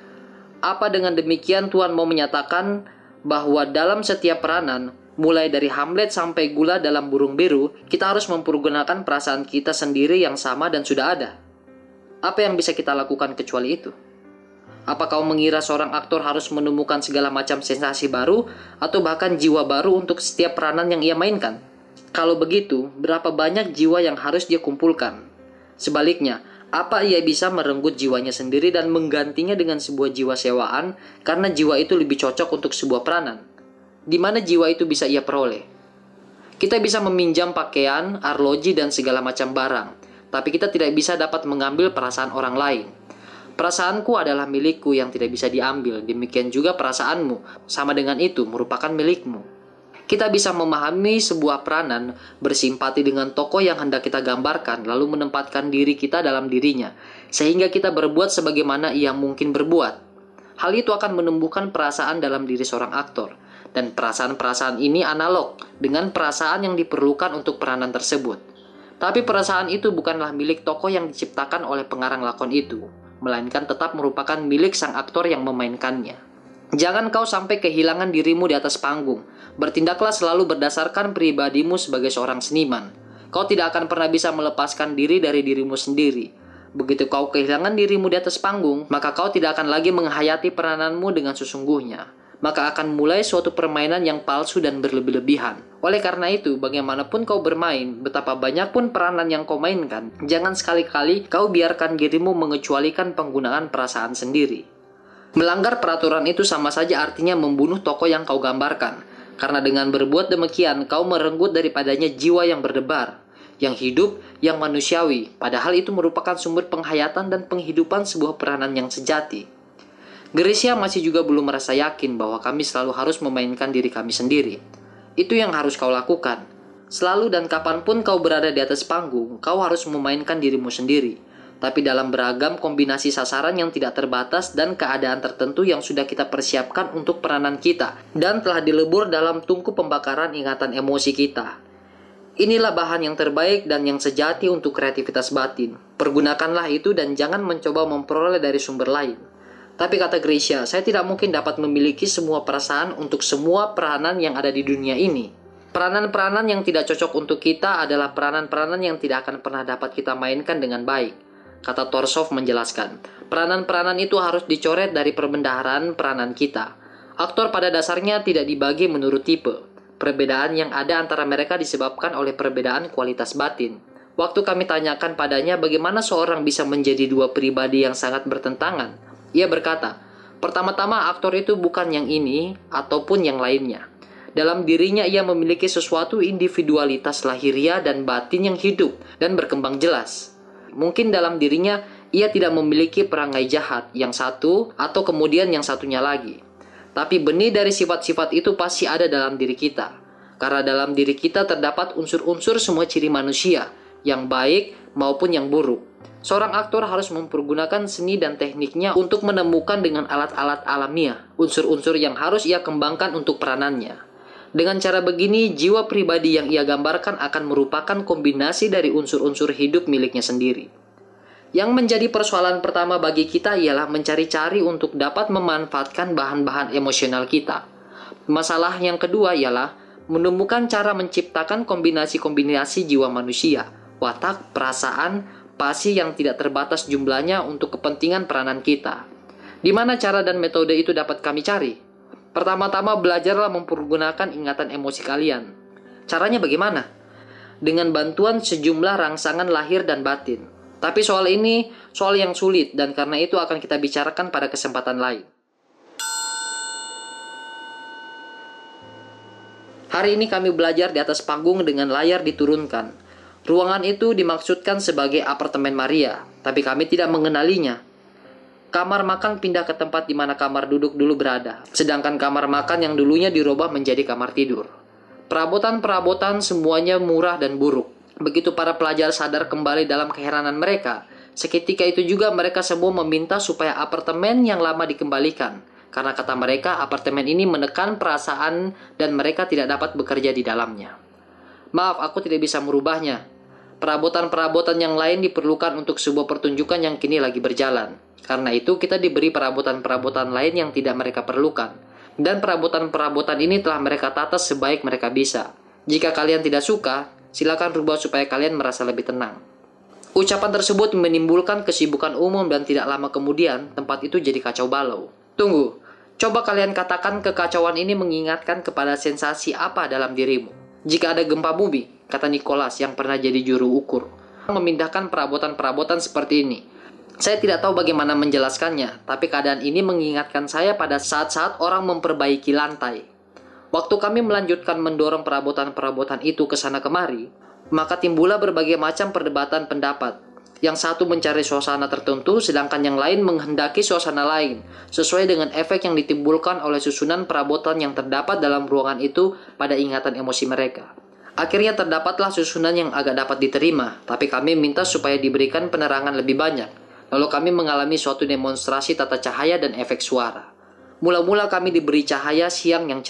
Apa dengan demikian Tuhan mau menyatakan bahwa dalam setiap peranan, mulai dari Hamlet sampai gula dalam burung biru, kita harus mempergunakan perasaan kita sendiri yang sama dan sudah ada? Apa yang bisa kita lakukan kecuali itu? Apa kau mengira seorang aktor harus menemukan segala macam sensasi baru atau bahkan jiwa baru untuk setiap peranan yang ia mainkan? Kalau begitu, berapa banyak jiwa yang harus dia kumpulkan? Sebaliknya, apa ia bisa merenggut jiwanya sendiri dan menggantinya dengan sebuah jiwa sewaan karena jiwa itu lebih cocok untuk sebuah peranan? Di mana jiwa itu bisa ia peroleh? Kita bisa meminjam pakaian, arloji, dan segala macam barang, tapi kita tidak bisa dapat mengambil perasaan orang lain. Perasaanku adalah milikku yang tidak bisa diambil, demikian juga perasaanmu, sama dengan itu merupakan milikmu. Kita bisa memahami sebuah peranan, bersimpati dengan tokoh yang hendak kita gambarkan, lalu menempatkan diri kita dalam dirinya, sehingga kita berbuat sebagaimana ia mungkin berbuat. Hal itu akan menumbuhkan perasaan dalam diri seorang aktor, dan perasaan-perasaan ini analog dengan perasaan yang diperlukan untuk peranan tersebut. Tapi perasaan itu bukanlah milik tokoh yang diciptakan oleh pengarang lakon itu, melainkan tetap merupakan milik sang aktor yang memainkannya. Jangan kau sampai kehilangan dirimu di atas panggung. Bertindaklah selalu berdasarkan pribadimu sebagai seorang seniman. Kau tidak akan pernah bisa melepaskan diri dari dirimu sendiri. Begitu kau kehilangan dirimu di atas panggung, maka kau tidak akan lagi menghayati perananmu dengan sesungguhnya. Maka akan mulai suatu permainan yang palsu dan berlebih-lebihan. Oleh karena itu, bagaimanapun kau bermain, betapa banyak pun peranan yang kau mainkan, jangan sekali-kali kau biarkan dirimu mengecualikan penggunaan perasaan sendiri. Melanggar peraturan itu sama saja artinya membunuh tokoh yang kau gambarkan, karena dengan berbuat demikian kau merenggut daripadanya jiwa yang berdebar, yang hidup, yang manusiawi, padahal itu merupakan sumber penghayatan dan penghidupan sebuah peranan yang sejati. Grisha masih juga belum merasa yakin bahwa kami selalu harus memainkan diri kami sendiri. Itu yang harus kau lakukan. Selalu dan kapanpun kau berada di atas panggung, kau harus memainkan dirimu sendiri. Tapi dalam beragam kombinasi sasaran yang tidak terbatas dan keadaan tertentu yang sudah kita persiapkan untuk peranan kita, dan telah dilebur dalam tungku pembakaran ingatan emosi kita. Inilah bahan yang terbaik dan yang sejati untuk kreativitas batin. Pergunakanlah itu dan jangan mencoba memperoleh dari sumber lain. Tapi kata Grisha, saya tidak mungkin dapat memiliki semua perasaan untuk semua peranan yang ada di dunia ini. Peranan-peranan yang tidak cocok untuk kita adalah peranan-peranan yang tidak akan pernah dapat kita mainkan dengan baik, kata Torsov menjelaskan. Peranan-peranan itu harus dicoret dari perbendaharaan peranan kita. Aktor pada dasarnya tidak dibagi menurut tipe. Perbedaan yang ada antara mereka disebabkan oleh perbedaan kualitas batin. Waktu kami tanyakan padanya bagaimana seorang bisa menjadi dua pribadi yang sangat bertentangan, ia berkata, pertama-tama aktor itu bukan yang ini ataupun yang lainnya. Dalam dirinya ia memiliki sesuatu individualitas lahiriah dan batin yang hidup dan berkembang jelas. Mungkin dalam dirinya ia tidak memiliki perangai jahat yang satu atau kemudian yang satunya lagi. Tapi benih dari sifat-sifat itu pasti ada dalam diri kita. Karena dalam diri kita terdapat unsur-unsur semua ciri manusia, yang baik maupun yang buruk. Seorang aktor harus mempergunakan seni dan tekniknya untuk menemukan dengan alat-alat alamiah unsur-unsur yang harus ia kembangkan untuk peranannya. Dengan cara begini, jiwa pribadi yang ia gambarkan akan merupakan kombinasi dari unsur-unsur hidup miliknya sendiri. Yang menjadi persoalan pertama bagi kita ialah mencari-cari untuk dapat memanfaatkan bahan-bahan emosional kita. Masalah yang kedua ialah menemukan cara menciptakan kombinasi-kombinasi jiwa manusia, watak, perasaan, pasi yang tidak terbatas jumlahnya untuk kepentingan peranan kita. Di mana cara dan metode itu dapat kami cari? Pertama-tama belajarlah mempergunakan ingatan emosi kalian. Caranya bagaimana? Dengan bantuan sejumlah rangsangan lahir dan batin. Tapi soal ini soal yang sulit dan karena itu akan kita bicarakan pada kesempatan lain. Hari ini kami belajar di atas panggung dengan layar diturunkan. Ruangan itu dimaksudkan sebagai apartemen Maria, tapi kami tidak mengenalinya. Kamar makan pindah ke tempat di mana kamar duduk dulu berada, sedangkan kamar makan yang dulunya dirubah menjadi kamar tidur. Perabotan-perabotan semuanya murah dan buruk. Begitu para pelajar sadar kembali dalam keheranan mereka, seketika itu juga mereka semua meminta supaya apartemen yang lama dikembalikan, karena kata mereka apartemen ini menekan perasaan dan mereka tidak dapat bekerja di dalamnya. Maaf, aku tidak bisa merubahnya. Perabotan-perabotan yang lain diperlukan untuk sebuah pertunjukan yang kini lagi berjalan. Karena itu kita diberi perabotan-perabotan lain yang tidak mereka perlukan. Dan perabotan-perabotan ini telah mereka tata sebaik mereka bisa. Jika kalian tidak suka, silakan rubah supaya kalian merasa lebih tenang. Ucapan tersebut menimbulkan kesibukan umum dan tidak lama kemudian tempat itu jadi kacau balau. Tunggu, coba kalian katakan kekacauan ini mengingatkan kepada sensasi apa dalam dirimu. Jika ada gempa bumi, kata Nicholas yang pernah jadi juru ukur, memindahkan perabotan-perabotan seperti ini. Saya tidak tahu bagaimana menjelaskannya, tapi keadaan ini mengingatkan saya pada saat-saat orang memperbaiki lantai. Waktu kami melanjutkan mendorong perabotan-perabotan itu ke sana kemari, maka timbullah berbagai macam perdebatan pendapat. Yang satu mencari suasana tertentu, sedangkan yang lain menghendaki suasana lain, sesuai dengan efek yang ditimbulkan oleh susunan perabotan yang terdapat dalam ruangan itu pada ingatan emosi mereka. Akhirnya terdapatlah susunan yang agak dapat diterima, tapi kami minta supaya diberikan penerangan lebih banyak. Lalu kami mengalami suatu demonstrasi tata cahaya dan efek suara. Mula-mula kami diberi cahaya siang yang cerah,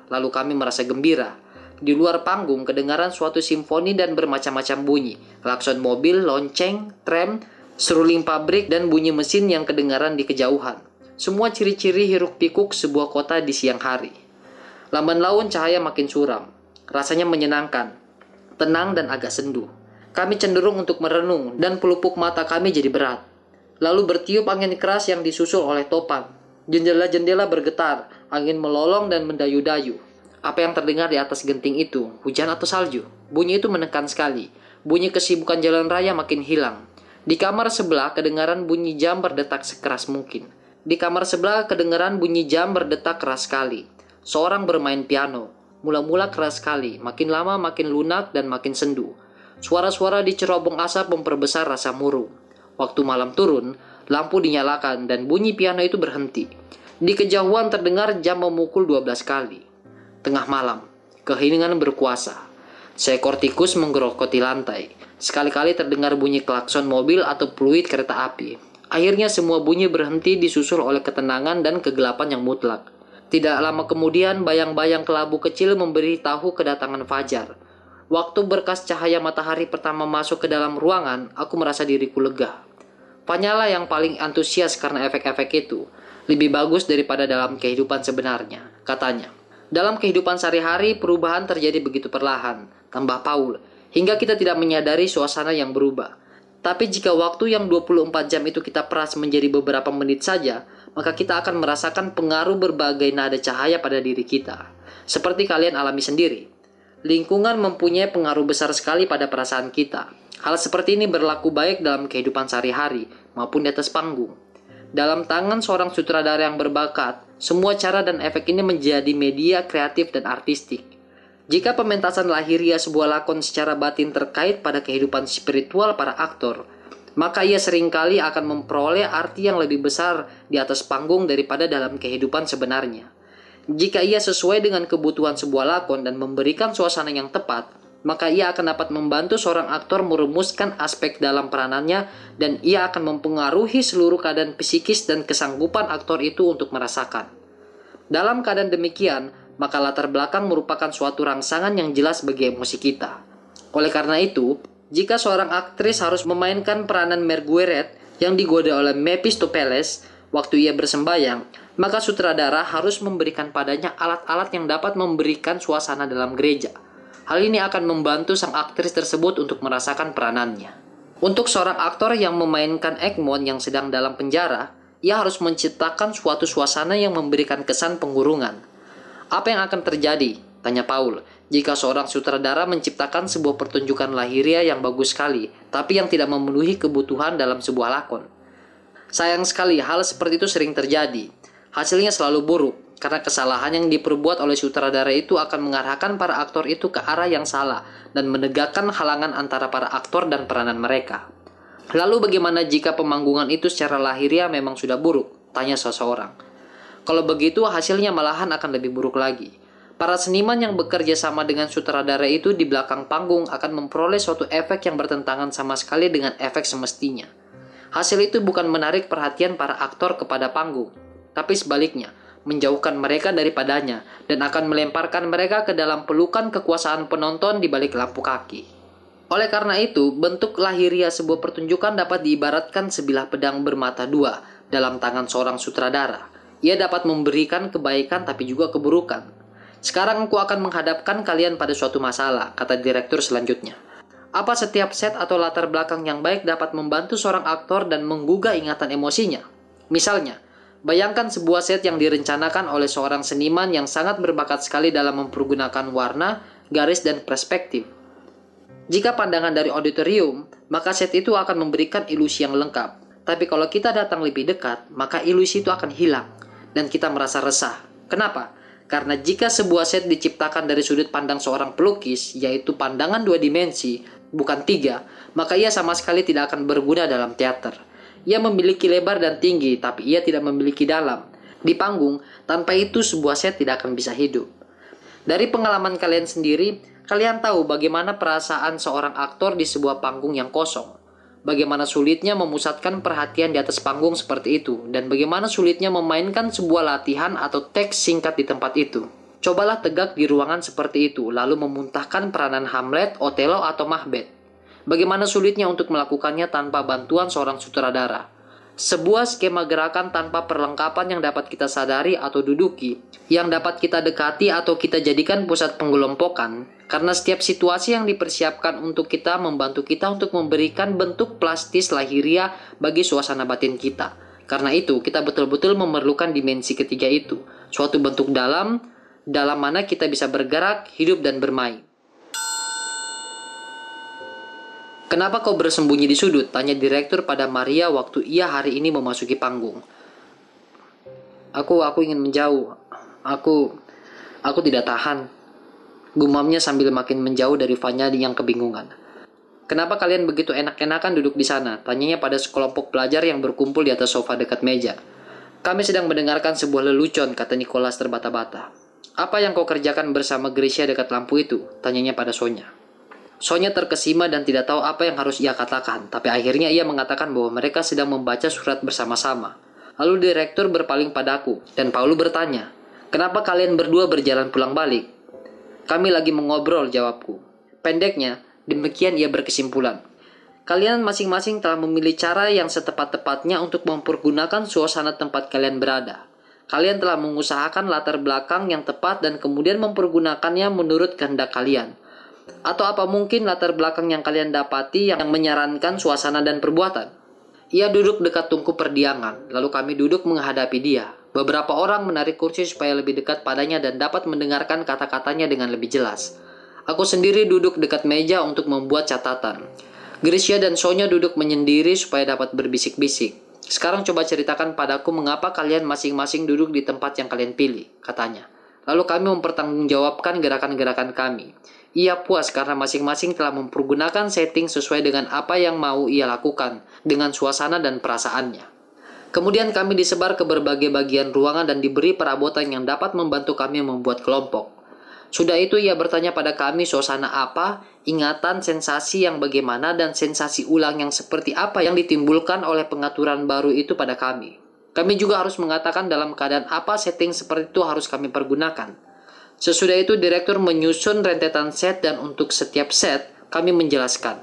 lalu kami merasa gembira. Di luar panggung kedengaran suatu simfoni dan bermacam-macam bunyi. Klakson mobil, lonceng, tram, seruling pabrik, dan bunyi mesin yang kedengaran di kejauhan. Semua ciri-ciri hiruk-pikuk sebuah kota di siang hari. Lamban laun cahaya makin suram. Rasanya menyenangkan, tenang dan agak sendu. Kami cenderung untuk merenung dan pelupuk mata kami jadi berat. Lalu bertiup angin keras yang disusul oleh topan. Jendela-jendela bergetar, angin melolong dan mendayu-dayu. Apa yang terdengar di atas genting itu? Hujan atau salju? Bunyi itu menekan sekali. Bunyi kesibukan jalan raya makin hilang. Di kamar sebelah kedengaran bunyi jam berdetak sekeras mungkin. Di kamar sebelah kedengaran bunyi jam berdetak keras sekali. Seorang bermain piano. Mula-mula keras sekali, makin lama makin lunak dan makin sendu. Suara-suara di cerobong asap memperbesar rasa murung. Waktu malam turun, lampu dinyalakan dan bunyi piano itu berhenti. Di kejauhan terdengar jam memukul dua belas kali. Tengah malam, keheningan berkuasa. Seekor tikus menggerokoti lantai. Sekali-kali terdengar bunyi klakson mobil atau fluid kereta api. Akhirnya semua bunyi berhenti disusul oleh ketenangan dan kegelapan yang mutlak. Tidak lama kemudian, bayang-bayang kelabu kecil memberi tahu kedatangan fajar. Waktu berkas cahaya matahari pertama masuk ke dalam ruangan, aku merasa diriku lega. Fanya yang paling antusias karena efek-efek itu. Lebih bagus daripada dalam kehidupan sebenarnya, katanya. Dalam kehidupan sehari-hari, perubahan terjadi begitu perlahan, tambah Paul, hingga kita tidak menyadari suasana yang berubah. Tapi jika waktu yang dua puluh empat jam itu kita peras menjadi beberapa menit saja, maka kita akan merasakan pengaruh berbagai nada cahaya pada diri kita. Seperti kalian alami sendiri. Lingkungan mempunyai pengaruh besar sekali pada perasaan kita. Hal seperti ini berlaku baik dalam kehidupan sehari-hari maupun di atas panggung. Dalam tangan seorang sutradara yang berbakat, semua cara dan efek ini menjadi media kreatif dan artistik. Jika pementasan lahiria sebuah lakon secara batin terkait pada kehidupan spiritual para aktor, maka ia seringkali akan memperoleh arti yang lebih besar di atas panggung daripada dalam kehidupan sebenarnya. Jika ia sesuai dengan kebutuhan sebuah lakon dan memberikan suasana yang tepat, maka ia akan dapat membantu seorang aktor merumuskan aspek dalam peranannya dan ia akan mempengaruhi seluruh keadaan psikis dan kesanggupan aktor itu untuk merasakan. Dalam keadaan demikian, maka latar belakang merupakan suatu rangsangan yang jelas bagi emosi kita. Oleh karena itu, jika seorang aktris harus memainkan peranan Mergueret yang digoda oleh Mephistopheles waktu ia bersembayang, maka sutradara harus memberikan padanya alat-alat yang dapat memberikan suasana dalam gereja. Hal ini akan membantu sang aktris tersebut untuk merasakan peranannya. Untuk seorang aktor yang memainkan Egmont yang sedang dalam penjara, ia harus menciptakan suatu suasana yang memberikan kesan pengurungan. Apa yang akan terjadi? Tanya Paul, jika seorang sutradara menciptakan sebuah pertunjukan lahiria yang bagus sekali, tapi yang tidak memenuhi kebutuhan dalam sebuah lakon. Sayang sekali, hal seperti itu sering terjadi. Hasilnya selalu buruk. Karena kesalahan yang diperbuat oleh sutradara itu akan mengarahkan para aktor itu ke arah yang salah dan menegakkan halangan antara para aktor dan peranan mereka. Lalu bagaimana jika pemanggungan itu secara lahiriah memang sudah buruk? Tanya seseorang. Kalau begitu hasilnya malahan akan lebih buruk lagi. Para seniman yang bekerja sama dengan sutradara itu di belakang panggung akan memperoleh suatu efek yang bertentangan sama sekali dengan efek semestinya. Hasil itu bukan menarik perhatian para aktor kepada panggung, tapi sebaliknya, menjauhkan mereka daripadanya dan akan melemparkan mereka ke dalam pelukan kekuasaan penonton di balik lampu kaki. Oleh karena itu, bentuk lahiriah sebuah pertunjukan dapat diibaratkan sebilah pedang bermata dua dalam tangan seorang sutradara. Ia dapat memberikan kebaikan tapi juga keburukan. Sekarang aku akan menghadapkan kalian pada suatu masalah, kata direktur selanjutnya. Apa setiap set atau latar belakang yang baik dapat membantu seorang aktor dan menggugah ingatan emosinya? Misalnya, bayangkan sebuah set yang direncanakan oleh seorang seniman yang sangat berbakat sekali dalam mempergunakan warna, garis, dan perspektif. Jika pandangan dari auditorium, maka set itu akan memberikan ilusi yang lengkap. Tapi kalau kita datang lebih dekat, maka ilusi itu akan hilang, dan kita merasa resah. Kenapa? Karena jika sebuah set diciptakan dari sudut pandang seorang pelukis, yaitu pandangan dua dimensi, bukan tiga, maka ia sama sekali tidak akan berguna dalam teater. Ia memiliki lebar dan tinggi, tapi ia tidak memiliki dalam. Di panggung, tanpa itu sebuah set tidak akan bisa hidup. Dari pengalaman kalian sendiri, kalian tahu bagaimana perasaan seorang aktor di sebuah panggung yang kosong. Bagaimana sulitnya memusatkan perhatian di atas panggung seperti itu, dan bagaimana sulitnya memainkan sebuah latihan atau teks singkat di tempat itu. Cobalah tegak di ruangan seperti itu, lalu memuntahkan peranan Hamlet, Othello, atau Macbeth. Bagaimana sulitnya untuk melakukannya tanpa bantuan seorang sutradara. Sebuah skema gerakan tanpa perlengkapan yang dapat kita sadari atau duduki, yang dapat kita dekati atau kita jadikan pusat penggelompokan, karena setiap situasi yang dipersiapkan untuk kita membantu kita untuk memberikan bentuk plastis lahiria bagi suasana batin kita. Karena itu, kita betul-betul memerlukan dimensi ketiga itu, suatu bentuk dalam, dalam mana kita bisa bergerak, hidup, dan bermain. "Kenapa kau bersembunyi di sudut?" tanya direktur pada Maria waktu ia hari ini memasuki panggung. Aku, aku ingin menjauh. Aku, aku tidak tahan. Gumamnya sambil makin menjauh dari Vanya yang kebingungan. "Kenapa kalian begitu enak-enakan duduk di sana?" tanyanya pada sekelompok pelajar yang berkumpul di atas sofa dekat meja. "Kami sedang mendengarkan sebuah lelucon," kata Nicholas terbata-bata. "Apa yang kau kerjakan bersama Grisha dekat lampu itu?" tanyanya pada Sonya. Sonya terkesima dan tidak tahu apa yang harus ia katakan, tapi akhirnya ia mengatakan bahwa mereka sedang membaca surat bersama-sama. Lalu direktur berpaling padaku, dan Paulu bertanya, "Kenapa kalian berdua berjalan pulang balik?" "Kami lagi mengobrol," jawabku. Pendeknya, demikian ia berkesimpulan. "Kalian masing-masing telah memilih cara yang setepat-tepatnya untuk mempergunakan suasana tempat kalian berada. Kalian telah mengusahakan latar belakang yang tepat dan kemudian mempergunakannya menurut kehendak kalian. Atau apa mungkin latar belakang yang kalian dapati yang menyarankan suasana dan perbuatan?" Ia duduk dekat tungku perdiangan, lalu kami duduk menghadapi dia. Beberapa orang menarik kursi supaya lebih dekat padanya dan dapat mendengarkan kata-katanya dengan lebih jelas. Aku sendiri duduk dekat meja untuk membuat catatan. Grisha dan Sonya duduk menyendiri supaya dapat berbisik-bisik. "Sekarang coba ceritakan padaku mengapa kalian masing-masing duduk di tempat yang kalian pilih," katanya. Lalu kami mempertanggungjawabkan gerakan-gerakan kami. Ia puas karena masing-masing telah mempergunakan setting sesuai dengan apa yang mau ia lakukan, dengan suasana dan perasaannya. Kemudian kami disebar ke berbagai bagian ruangan dan diberi perabotan yang dapat membantu kami membuat kelompok. Sudah itu ia bertanya pada kami suasana apa, ingatan, sensasi yang bagaimana, dan sensasi ulang yang seperti apa yang ditimbulkan oleh pengaturan baru itu pada kami. Kami juga harus mengatakan dalam keadaan apa setting seperti itu harus kami pergunakan. Sesudah itu direktur menyusun rentetan set dan untuk setiap set kami menjelaskan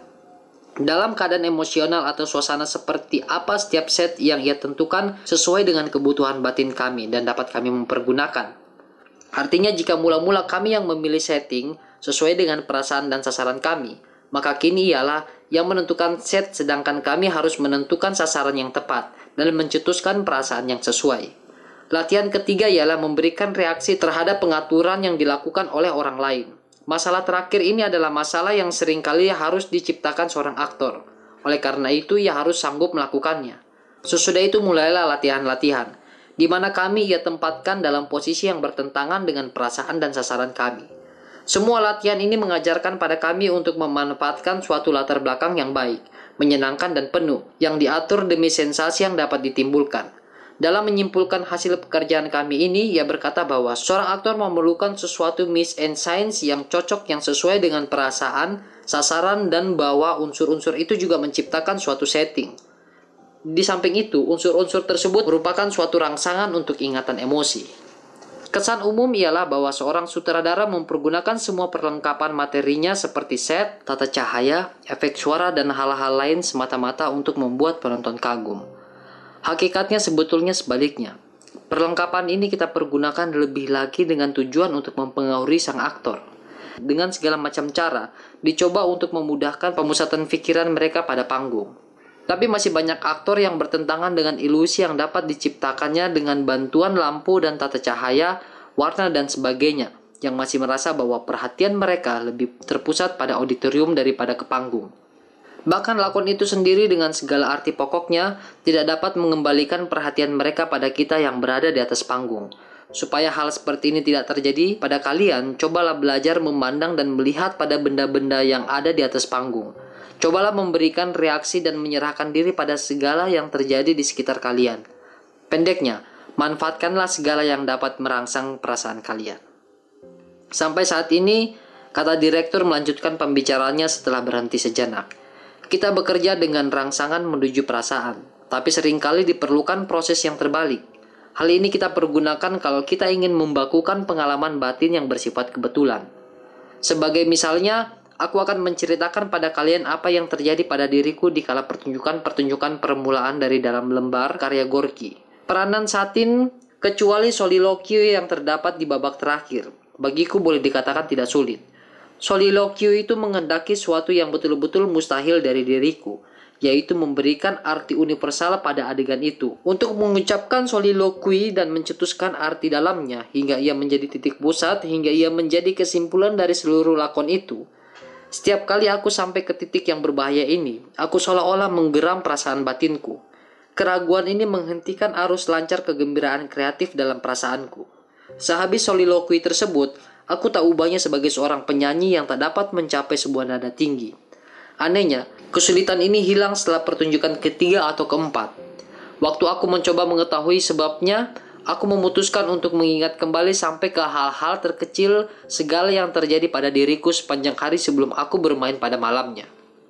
dalam keadaan emosional atau suasana seperti apa setiap set yang ia tentukan sesuai dengan kebutuhan batin kami dan dapat kami mempergunakan. Artinya jika mula-mula kami yang memilih setting sesuai dengan perasaan dan sasaran kami, maka kini ialah yang menentukan set sedangkan kami harus menentukan sasaran yang tepat dan mencetuskan perasaan yang sesuai. Latihan ketiga ialah memberikan reaksi terhadap pengaturan yang dilakukan oleh orang lain. Masalah terakhir ini adalah masalah yang seringkali harus diciptakan seorang aktor. Oleh karena itu, ia harus sanggup melakukannya. Sesudah itu mulailah latihan-latihan, di mana kami ia tempatkan dalam posisi yang bertentangan dengan perasaan dan sasaran kami. Semua latihan ini mengajarkan pada kami untuk memanfaatkan suatu latar belakang yang baik, menyenangkan dan penuh, yang diatur demi sensasi yang dapat ditimbulkan. Dalam menyimpulkan hasil pekerjaan kami ini, ia berkata bahwa seorang aktor memerlukan sesuatu mise en scène yang cocok yang sesuai dengan perasaan, sasaran, dan bahwa unsur-unsur itu juga menciptakan suatu setting. Di samping itu, unsur-unsur tersebut merupakan suatu rangsangan untuk ingatan emosi. Kesan umum ialah bahwa seorang sutradara mempergunakan semua perlengkapan materinya seperti set, tata cahaya, efek suara, dan hal-hal lain semata-mata untuk membuat penonton kagum. Hakikatnya sebetulnya sebaliknya. Perlengkapan ini kita pergunakan lebih lagi dengan tujuan untuk mempengaruhi sang aktor. Dengan segala macam cara, dicoba untuk memudahkan pemusatan pikiran mereka pada panggung. Tapi masih banyak aktor yang bertentangan dengan ilusi yang dapat diciptakannya dengan bantuan lampu dan tata cahaya, warna dan sebagainya, yang masih merasa bahwa perhatian mereka lebih terpusat pada auditorium daripada ke panggung. Bahkan lakon itu sendiri dengan segala arti pokoknya tidak dapat mengembalikan perhatian mereka pada kita yang berada di atas panggung. Supaya hal seperti ini tidak terjadi pada kalian, cobalah belajar memandang dan melihat pada benda-benda yang ada di atas panggung. Cobalah memberikan reaksi dan menyerahkan diri pada segala yang terjadi di sekitar kalian. Pendeknya, manfaatkanlah segala yang dapat merangsang perasaan kalian. Sampai saat ini, kata direktur melanjutkan pembicaraannya setelah berhenti sejenak. Kita bekerja dengan rangsangan menuju perasaan, tapi seringkali diperlukan proses yang terbalik. Hal ini kita pergunakan kalau kita ingin membakukan pengalaman batin yang bersifat kebetulan. Sebagai misalnya, aku akan menceritakan pada kalian apa yang terjadi pada diriku di kala pertunjukan-pertunjukan permulaan dari dalam lembar karya Gorky. Peranan Satin, kecuali soliloquy yang terdapat di babak terakhir, bagiku boleh dikatakan tidak sulit. Soliloquy itu menghendaki suatu yang betul-betul mustahil dari diriku, yaitu memberikan arti universal pada adegan itu. Untuk mengucapkan soliloquy dan mencetuskan arti dalamnya, hingga ia menjadi titik pusat, hingga ia menjadi kesimpulan dari seluruh lakon itu. Setiap kali aku sampai ke titik yang berbahaya ini, aku seolah-olah menggeram perasaan batinku. Keraguan ini menghentikan arus lancar kegembiraan kreatif dalam perasaanku. Sehabis soliloquy tersebut, aku tak ubahnya sebagai seorang penyanyi yang tak dapat mencapai sebuah nada tinggi. Anehnya, kesulitan ini hilang setelah pertunjukan ketiga atau keempat. Waktu aku mencoba mengetahui sebabnya, aku memutuskan untuk mengingat kembali sampai ke hal-hal terkecil segala yang terjadi pada diriku sepanjang hari sebelum aku bermain pada malamnya.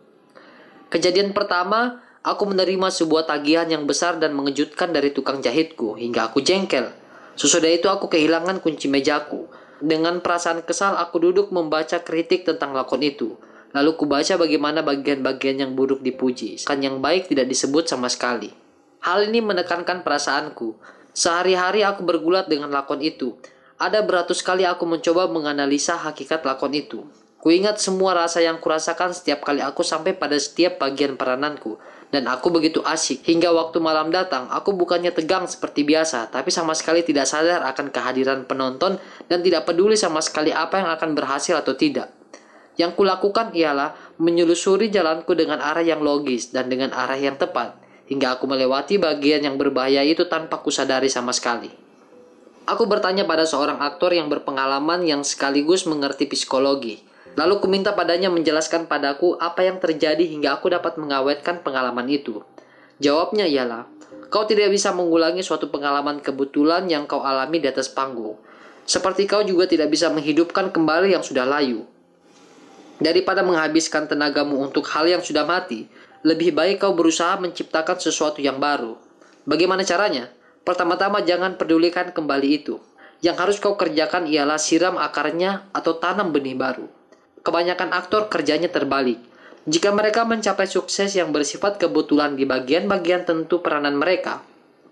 Kejadian pertama, aku menerima sebuah tagihan yang besar dan mengejutkan dari tukang jahitku hingga aku jengkel. Sesudah itu aku kehilangan kunci mejaku. Dengan perasaan kesal, aku duduk membaca kritik tentang lakon itu. Lalu kubaca bagaimana bagian-bagian yang buruk dipuji, kan yang baik tidak disebut sama sekali. Hal ini menekankan perasaanku. Sehari-hari aku bergulat dengan lakon itu. Ada beratus kali aku mencoba menganalisa hakikat lakon itu. Kuingat semua rasa yang kurasakan setiap kali aku sampai pada setiap bagian perananku. Dan aku begitu asyik. Hingga waktu malam datang, aku bukannya tegang seperti biasa, tapi sama sekali tidak sadar akan kehadiran penonton dan tidak peduli sama sekali apa yang akan berhasil atau tidak. Yang kulakukan ialah menyelusuri jalanku dengan arah yang logis dan dengan arah yang tepat, hingga aku melewati bagian yang berbahaya itu tanpa kusadari sama sekali. Aku bertanya pada seorang aktor yang berpengalaman yang sekaligus mengerti psikologi. Lalu kuminta padanya menjelaskan padaku apa yang terjadi hingga aku dapat mengawetkan pengalaman itu. Jawabnya ialah, kau tidak bisa mengulangi suatu pengalaman kebetulan yang kau alami di atas panggung. Seperti kau juga tidak bisa menghidupkan kembali yang sudah layu. Daripada menghabiskan tenagamu untuk hal yang sudah mati, lebih baik kau berusaha menciptakan sesuatu yang baru. Bagaimana caranya? Pertama-tama jangan pedulikan kembali itu. Yang harus kau kerjakan ialah siram akarnya atau tanam benih baru. Kebanyakan aktor kerjanya terbalik. Jika mereka mencapai sukses yang bersifat kebetulan di bagian-bagian tentu peranan mereka,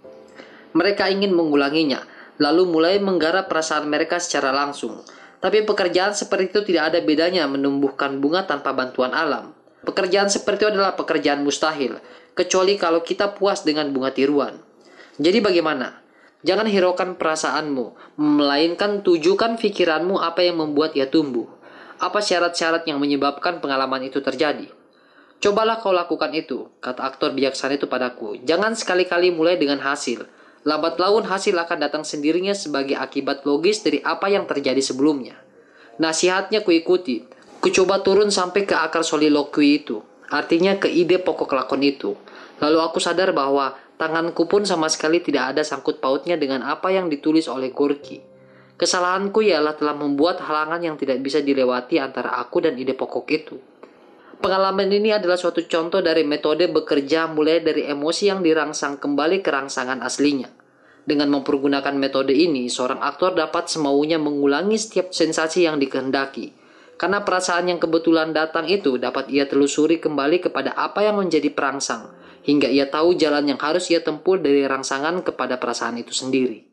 mereka ingin mengulanginya, lalu mulai menggarap perasaan mereka secara langsung. Tapi pekerjaan seperti itu tidak ada bedanya menumbuhkan bunga tanpa bantuan alam. Pekerjaan seperti itu adalah pekerjaan mustahil, kecuali kalau kita puas dengan bunga tiruan. Jadi bagaimana? Jangan hiraukan perasaanmu, melainkan tujukan pikiranmu apa yang membuat ia tumbuh. Apa syarat-syarat yang menyebabkan pengalaman itu terjadi? Cobalah kau lakukan itu, kata aktor bijaksana itu padaku. Jangan sekali-kali mulai dengan hasil. Lambat laun hasil akan datang sendirinya sebagai akibat logis dari apa yang terjadi sebelumnya. Nasihatnya kuikuti. Kucoba turun sampai ke akar soliloquy itu. Artinya ke ide pokok lakon itu. Lalu aku sadar bahwa tanganku pun sama sekali tidak ada sangkut pautnya dengan apa yang ditulis oleh Gorky. Kesalahanku ialah telah membuat halangan yang tidak bisa dilewati antara aku dan ide pokok itu. Pengalaman ini adalah suatu contoh dari metode bekerja mulai dari emosi yang dirangsang kembali ke rangsangan aslinya. Dengan mempergunakan metode ini, seorang aktor dapat semaunya mengulangi setiap sensasi yang dikehendaki. Karena perasaan yang kebetulan datang itu dapat ia telusuri kembali kepada apa yang menjadi perangsang, hingga ia tahu jalan yang harus ia tempuh dari rangsangan kepada perasaan itu sendiri.